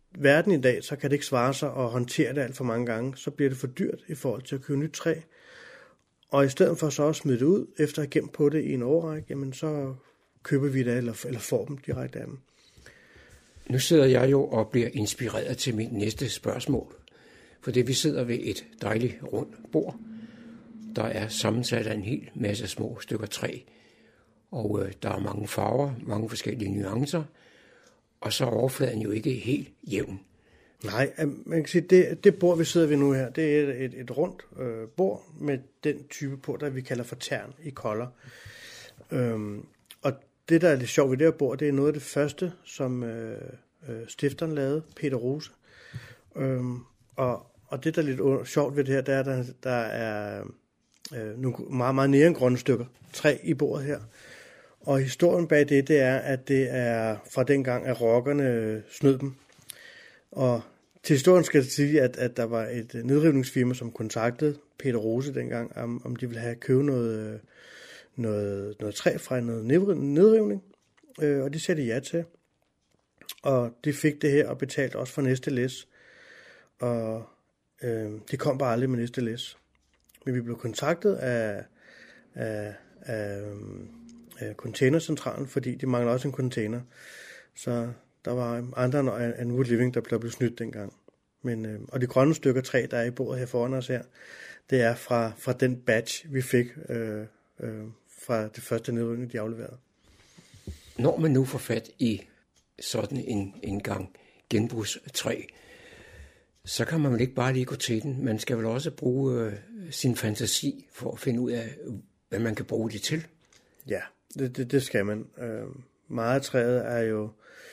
verden i dag, så kan det ikke svare sig at håndtere det alt for mange gange. Så bliver det for dyrt i forhold til at købe nyt træ. Og i stedet for så at smide det ud, efter at have gemt på det i en årrække, jamen så køber vi det, eller, eller får dem direkte af dem. Nu sidder jeg jo og bliver inspireret til mit næste spørgsmål. For det vi sidder ved et dejligt rundt bord, der er sammensat af en hel masse små stykker træ. Og øh, der er mange farver, mange forskellige nuancer, og så er overfladen jo ikke helt jævn. Nej, man kan sige, det, det bord, vi sidder ved nu her, det er et, et rundt øh, bord med den type på, der vi kalder for tern i kolder. Øhm, og det, der er lidt sjovt ved det her bord, det er noget af det første, som øh, øh, stifteren lavede, Peter Rose. Øhm, og, og det, der er lidt sjovt ved det her, det er, der, der er øh, nogle meget, meget nærengrønne stykker træ i bordet her. Og historien bag det, det er, at det er fra dengang, at rockerne snød dem. Og til historien skal jeg sige, at, at der var et nedrivningsfirma, som kontaktede Peter Rose dengang, om, om de ville have købt noget, noget, noget træ fra noget nedrivning. Øh, og de sagde ja til. Og de fik det her og betalte også for næste læs. Og øh, de kom bare aldrig med næste læs. Men vi blev kontaktet af, af, af, af containercentralen, fordi de mangler også en container. Så der var andre end Wood Living, der blev snydt dengang. Men, øh, og de grønne stykker træ, der er i bordet her foran os her, det er fra, fra den batch, vi fik øh, øh, fra det første nedrivning, de afleverede. Når man nu får fat i sådan en, en gang genbrugstræ, så kan man vel ikke bare lige gå til den. Man skal vel også bruge øh, sin fantasi for at finde ud af, hvad man kan bruge det til. Ja, det, det, det skal man. Øh, meget træet er jo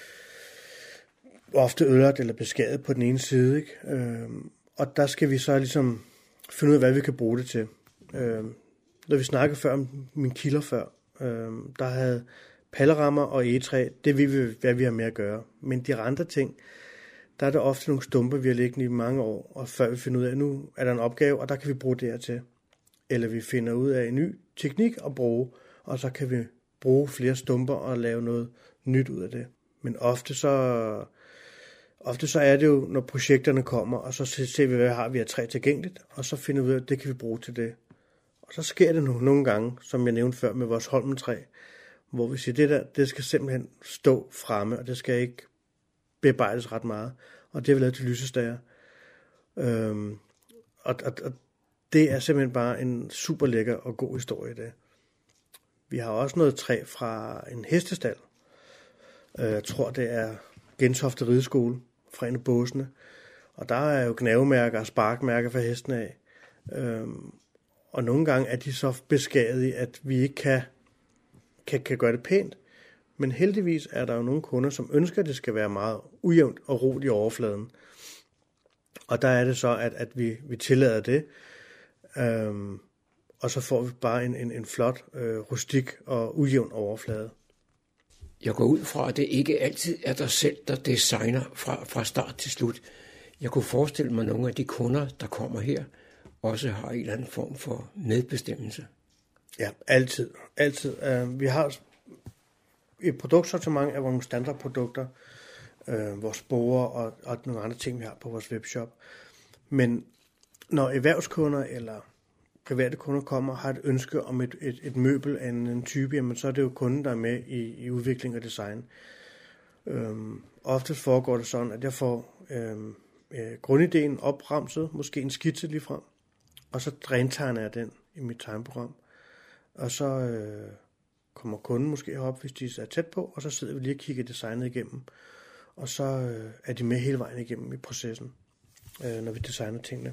ofte ødelagt eller beskadiget på den ene side, ikke? Øh, og der skal vi så ligesom finde ud af, hvad vi kan bruge det til. Øh, når vi snakkede før om mine kilder før, øh, der havde pallerammer og egetræ, det ved vi, hvad vi har med at gøre. Men de andre ting, der er der ofte nogle stumper, vi har liggende i mange år, og før vi finder ud af, at nu er der en opgave, og der kan vi bruge det her til. Eller vi finder ud af en ny teknik at bruge, og så kan vi bruge flere stumper og lave noget nyt ud af det. Men ofte så, ofte så er det jo, når projekterne kommer, og så ser vi, hvad har vi af træ tilgængeligt, og så finder vi ud af, at det kan vi bruge til det. Og så sker det nogle, nogle gange, som jeg nævnte før med vores holmentræ, hvor vi siger, det der, det skal simpelthen stå fremme, og det skal ikke bearbejdes ret meget. Og det har vi lavet til lysestager. Øhm, og, og, og det er simpelthen bare en super lækker og god historie i det. Vi har også noget træ fra en hestestald. Øh, jeg tror, det er Gentofte Rideskole fra en af båsene. Og der er jo gnavemærker og sparkmærker for hestene af. Øhm, og nogle gange er de så beskadiget, at vi ikke kan, kan, kan gøre det pænt. Men heldigvis er der jo nogle kunder, som ønsker, at det skal være meget ujævnt og roligt i overfladen. Og der er det så, at, at vi, vi tillader det. Øhm, og så får vi bare en, en, en flot, øh, rustik og ujævn overflade. Jeg går ud fra, at det ikke altid er dig selv, der designer fra, fra start til slut. Jeg kunne forestille mig, at nogle af de kunder, der kommer her, også har en eller anden form for medbestemmelse. Ja, altid. altid. Uh, vi har et produktsortiment af nogle standardprodukter, uh, vores sporer og, og nogle andre ting, vi har på vores webshop. Men når erhvervskunder eller private kunder kommer og har et ønske om et, et, et møbel af en, en type, jamen så er det jo kunden, der er med i, i udvikling og design. Øhm, oftest foregår det sådan, at jeg får øhm, øh, grundideen opremset, måske en skitse lige frem, og så rentegner jeg den i mit tegneprogram. Og så øh, kommer kunden måske herop, hvis de er tæt på, og så sidder vi lige og kigger designet igennem. Og så øh, er de med hele vejen igennem i processen, øh, når vi designer tingene.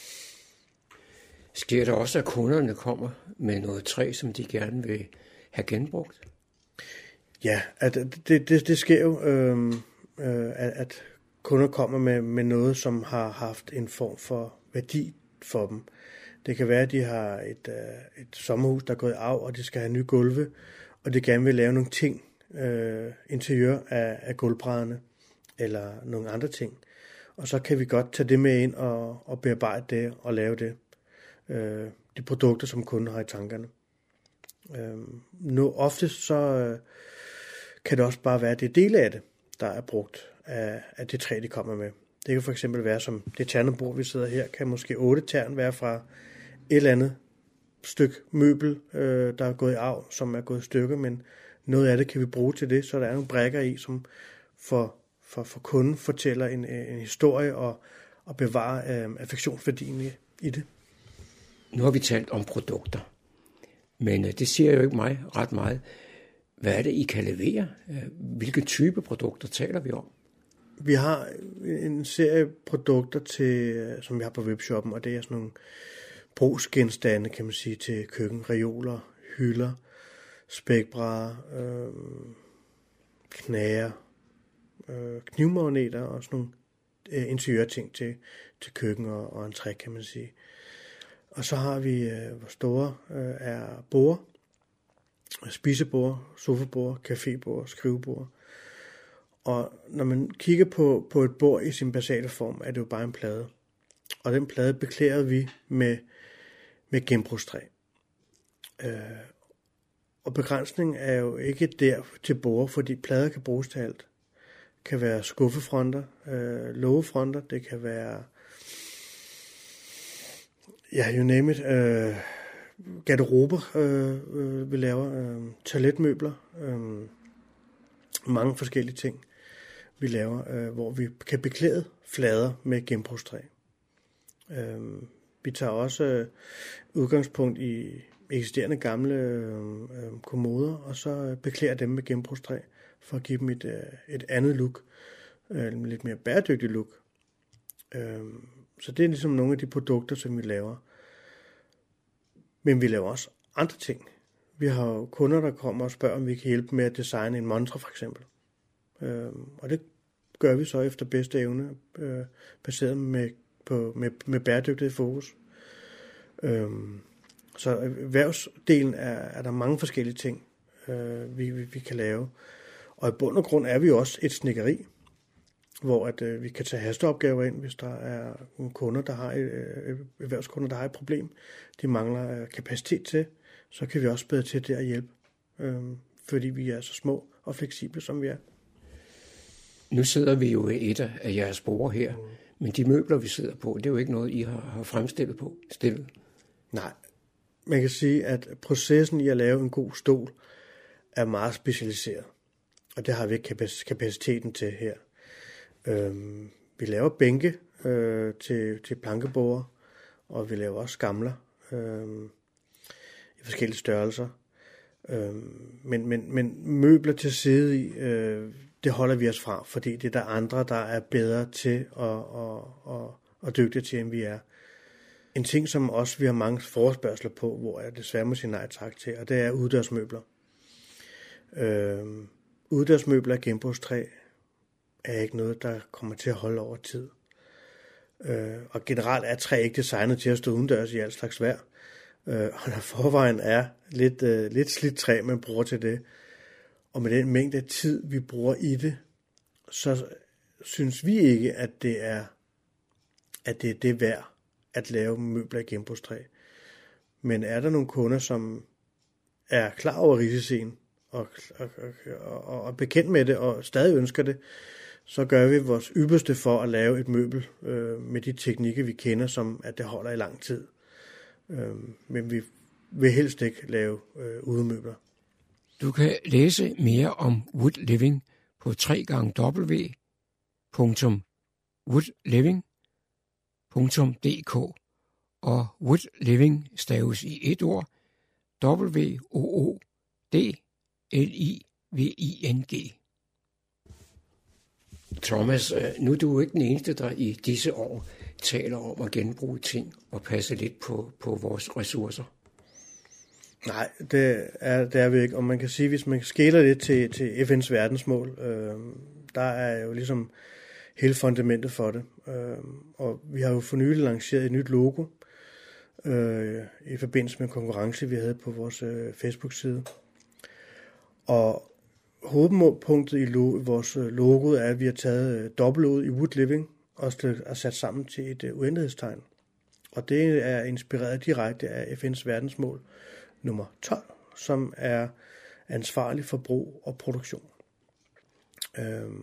Sker der også, at kunderne kommer med noget træ, som de gerne vil have genbrugt? Ja, at det, det, det sker jo, øh, øh, at, at kunder kommer med, med noget, som har haft en form for værdi for dem. Det kan være, at de har et, øh, et sommerhus, der er gået af, og de skal have nye gulve, og de gerne vil lave nogle ting, øh, interiør af, af gulvbrædderne, eller nogle andre ting. Og så kan vi godt tage det med ind og, og bearbejde det og lave det. Øh, de produkter, som kunden har i tankerne. Øh, nu ofte så øh, kan det også bare være, at det er dele af det, der er brugt af, af det træ, de kommer med. Det kan for eksempel være, som det ternebord, vi sidder her, kan måske otte tern være fra et eller andet stykke møbel, øh, der er gået i arv, som er gået i stykker, men noget af det kan vi bruge til det, så der er nogle brækker i, som for, for, for kunden fortæller en, en historie og, og bevarer øh, affektionsværdien i, i det. Nu har vi talt om produkter, men øh, det siger jo ikke mig ret meget. Hvad er det, I kan levere? Hvilke type produkter taler vi om? Vi har en serie produkter, til, som vi har på webshoppen, og det er sådan nogle brugsgenstande, kan man sige, til køkken, reoler, hylder, spækbrædder, øh, knager, øh, knivmagneter og sådan nogle øh, interiørting til, til køkken og, og entré, kan man sige. Og så har vi, øh, hvor store øh, er bord, spisebord, sofabord, cafébord, skrivebord. Og når man kigger på, på et bord i sin basale form, er det jo bare en plade. Og den plade beklæder vi med, med genbrugstræ. Øh, og begrænsningen er jo ikke der til bord, fordi plader kan bruges til alt. Det kan være skuffefronter, øh, lågefronter, det kan være, ja, you name it, øh, garderober, øh, øh, vi laver, øh, toiletmøbler, øh, mange forskellige ting, vi laver, øh, hvor vi kan beklæde flader med genbrugstræ. Øh, vi tager også øh, udgangspunkt i eksisterende gamle øh, kommoder, og så beklæder dem med genbrugstræ, for at give dem et, øh, et andet look, øh, lidt mere bæredygtigt look. Øh, så det er ligesom nogle af de produkter, som vi laver. Men vi laver også andre ting. Vi har jo kunder, der kommer og spørger, om vi kan hjælpe med at designe en montre, for eksempel. Øh, og det gør vi så efter bedste evne, øh, baseret med, på, med, med bæredygtighed i fokus. Øh, så erhvervsdelen er, er der mange forskellige ting, øh, vi, vi, vi kan lave. Og i bund og grund er vi jo også et snikkeri, hvor at, øh, vi kan tage hasteopgaver ind, hvis der er nogle kunder, der har et, øh, erhvervskunder, der har et problem, de mangler øh, kapacitet til, så kan vi også bedre til det at hjælpe, øh, fordi vi er så små og fleksible, som vi er. Nu sidder vi jo i et af jeres borde her, mm. men de møbler, vi sidder på, det er jo ikke noget, I har, har fremstillet på, stillet. Nej, man kan sige, at processen i at lave en god stol er meget specialiseret, og det har vi ikke kapaciteten til her. Øhm, vi laver bænke øh, til, til plankeborde, og vi laver også skamler øh, i forskellige størrelser. Øh, men, men, men møbler til side i, øh, det holder vi os fra, fordi det er der andre, der er bedre til og, og, og, og dygtige til, end vi er. En ting, som også vi har mange forespørgsler på, hvor jeg desværre må sige nej tak til, og det er uddørsmøbler. Øh, uddørsmøbler af genbrugstræ er ikke noget, der kommer til at holde over tid. Øh, og generelt er træ ikke designet til at stå udendørs i alt slags vejr. Øh, og når forvejen er lidt, øh, lidt slidt træ, man bruger til det, og med den mængde af tid, vi bruger i det, så synes vi ikke, at det er, at det er det værd at lave møbler i genbrugstræ. Men er der nogle kunder, som er klar over risicien, og, og, og, og, og bekendt med det, og stadig ønsker det, så gør vi vores ypperste for at lave et møbel øh, med de teknikker, vi kender, som at det holder i lang tid. Øh, men vi vil helst ikke lave øh, udemøbler. Du kan læse mere om Wood Living på w w w punktum woodliving punktum d k, og Wood Living staves i et ord, W O O D L I V I N G. Thomas, nu er du jo ikke den eneste, der i disse år taler om at genbruge ting og passe lidt på, på vores ressourcer. Nej, det er, det er vi ikke. Og man kan sige, hvis man skæler lidt til, til F N's verdensmål, øh, der er jo ligesom hele fundamentet for det. Øh, og vi har jo for nylig lanceret et nyt logo øh, i forbindelse med en konkurrence, vi havde på vores øh, Facebook-side. Og hovedpunktet i lo- vores logo er, at vi har taget øh, dobbelt'et i Wood Living og sat sammen til et øh, uendelighedstegn. Og det er inspireret direkte af F N's verdensmål nummer tolv, som er ansvarlig for brug og produktion. Øhm,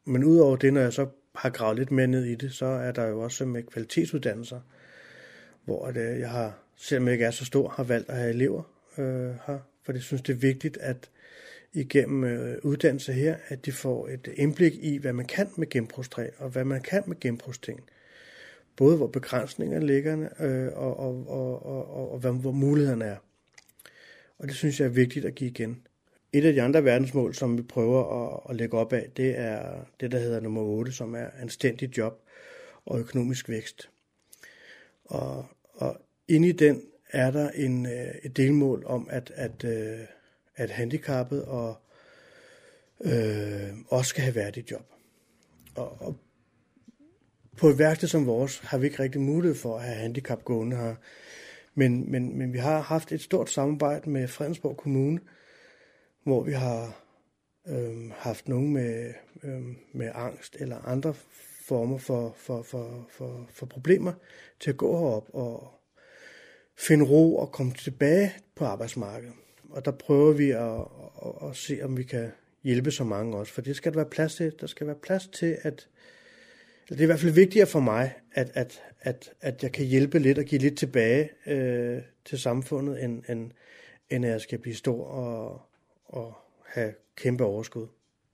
men udover det, når jeg så har gravet lidt mere ned i det, så er der jo også med kvalitetsuddannelser, hvor det, jeg har, selvom jeg ikke er så stor, har valgt at have elever øh, her, for jeg synes, det er vigtigt, at igennem øh, uddannelse her, at de får et indblik i, hvad man kan med genbrugstræ, og hvad man kan med genbrugsting. Både hvor begrænsningerne ligger, øh, og, og, og, og, og, og hvad, hvor mulighederne er. Og det synes jeg er vigtigt at give igen. Et af de andre verdensmål, som vi prøver at, at lægge op af, det er det, der hedder nummer otte, som er anstændigt job og økonomisk vækst. Og, og inde i den er der en, et delmål om, at, at, at handicappet og, øh, også skal have værdigt job. Og, og på et værksted som vores har vi ikke rigtig mulighed for at have handicap gående her. Men, men, men vi har haft et stort samarbejde med Fredensborg Kommune, hvor vi har øh, haft nogen med, øh, med angst eller andre former for, for, for, for, for problemer til at gå herop og finde ro og komme tilbage på arbejdsmarkedet. Og der prøver vi at, at, at se, om vi kan hjælpe så mange også. For det skal der være plads til. Der skal være plads til, at det er i hvert fald vigtigere for mig, at, at, at, at jeg kan hjælpe lidt og give lidt tilbage øh, til samfundet, end, end, end at jeg skal blive stor og, og have kæmpe overskud.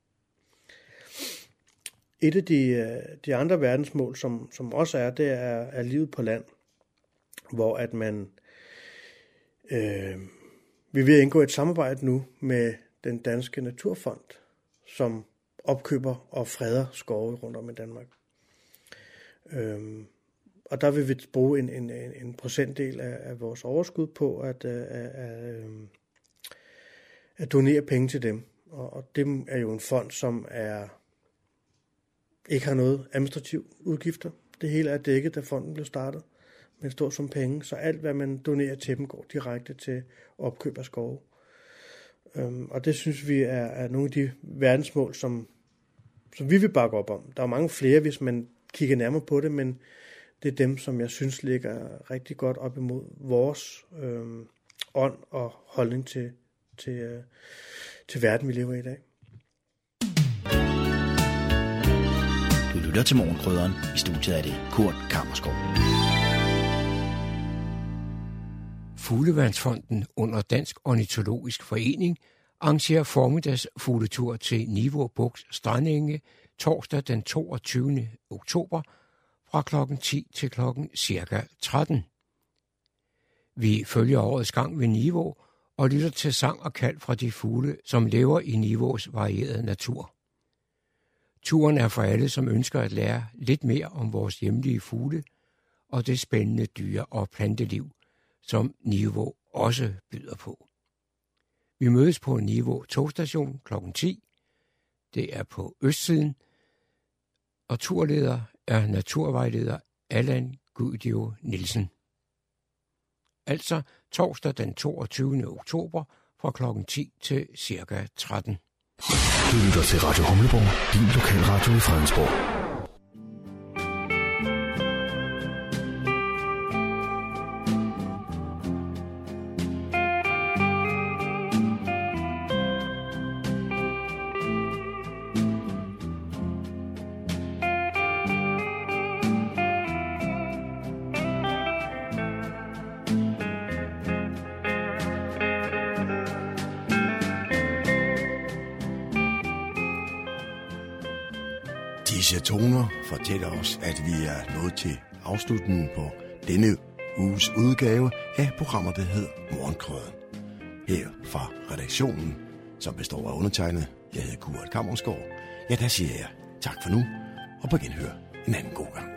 Et af de, de andre verdensmål, som, som også er, det er, er livet på land, hvor at man øh, vi vil indgå et samarbejde nu med den danske Naturfond, som opkøber og freder skove rundt om i Danmark. Øhm, og der vil vi bruge en, en, en procentdel af, af vores overskud på at, at, at, at donere penge til dem. Og, og det er jo en fond, som er ikke har noget administrativ udgifter. Det hele er dækket, da fonden blev startet med en stor sum penge. Så alt, hvad man donerer til dem, går direkte til opkøb af skove. Øhm, og det synes vi er, er nogle af de verdensmål, som, som vi vil bakke op om. Der er mange flere, hvis man kigger nærmere på det, men det er dem, som jeg synes ligger rigtig godt op imod vores øh, ånd og holdning til, til, øh, til verden, vi lever i i dag. Du lytter til Morgenkrydderen. I studiet er det Kurt Kammerskov. Fuglevandsfonden under Dansk Ornitologisk Forening arrangerer formiddagsfugletur til Nivå Bugt Strandenge torsdag den toogtyvende oktober fra klokken ti til klokken cirka tretten. Vi følger årets gang ved Nivå og lytter til sang og kald fra de fugle, som lever i Nivås varierede natur. Turen er for alle, som ønsker at lære lidt mere om vores hjemlige fugle og det spændende dyre- og planteliv, som Nivå også byder på. Vi mødes på Nivå togstation klokken ti. Det er på østsiden, og turleder er naturvejleder Allan Gudio Nielsen. Altså torsdag den toogtyvende oktober fra klokken ti til cirka tretten. Du lytter til Radio Humleborg, din lokalradio i Fredensborg. Disse toner fortæller os, at vi er nået til afslutningen på denne uges udgave af programmet, der hedder Morgenkrydderen. Her fra redaktionen, som består af undertegnet, jeg hedder Kurt Kammerskov. Ja, der siger jeg tak for nu, og på genhør en anden god gang.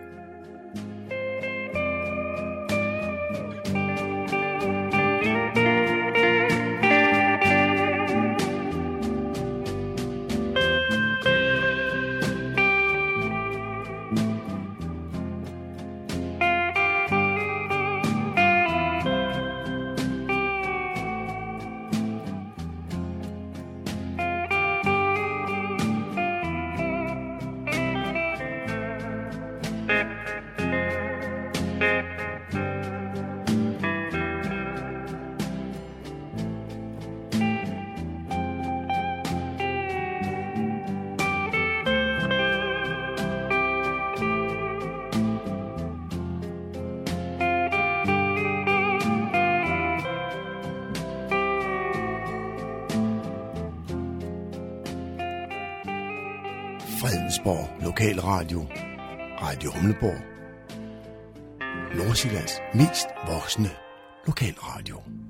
Thank Fredensborg Lokalradio, Radio Humleborg, Nordsjællands mest voksne lokalradio.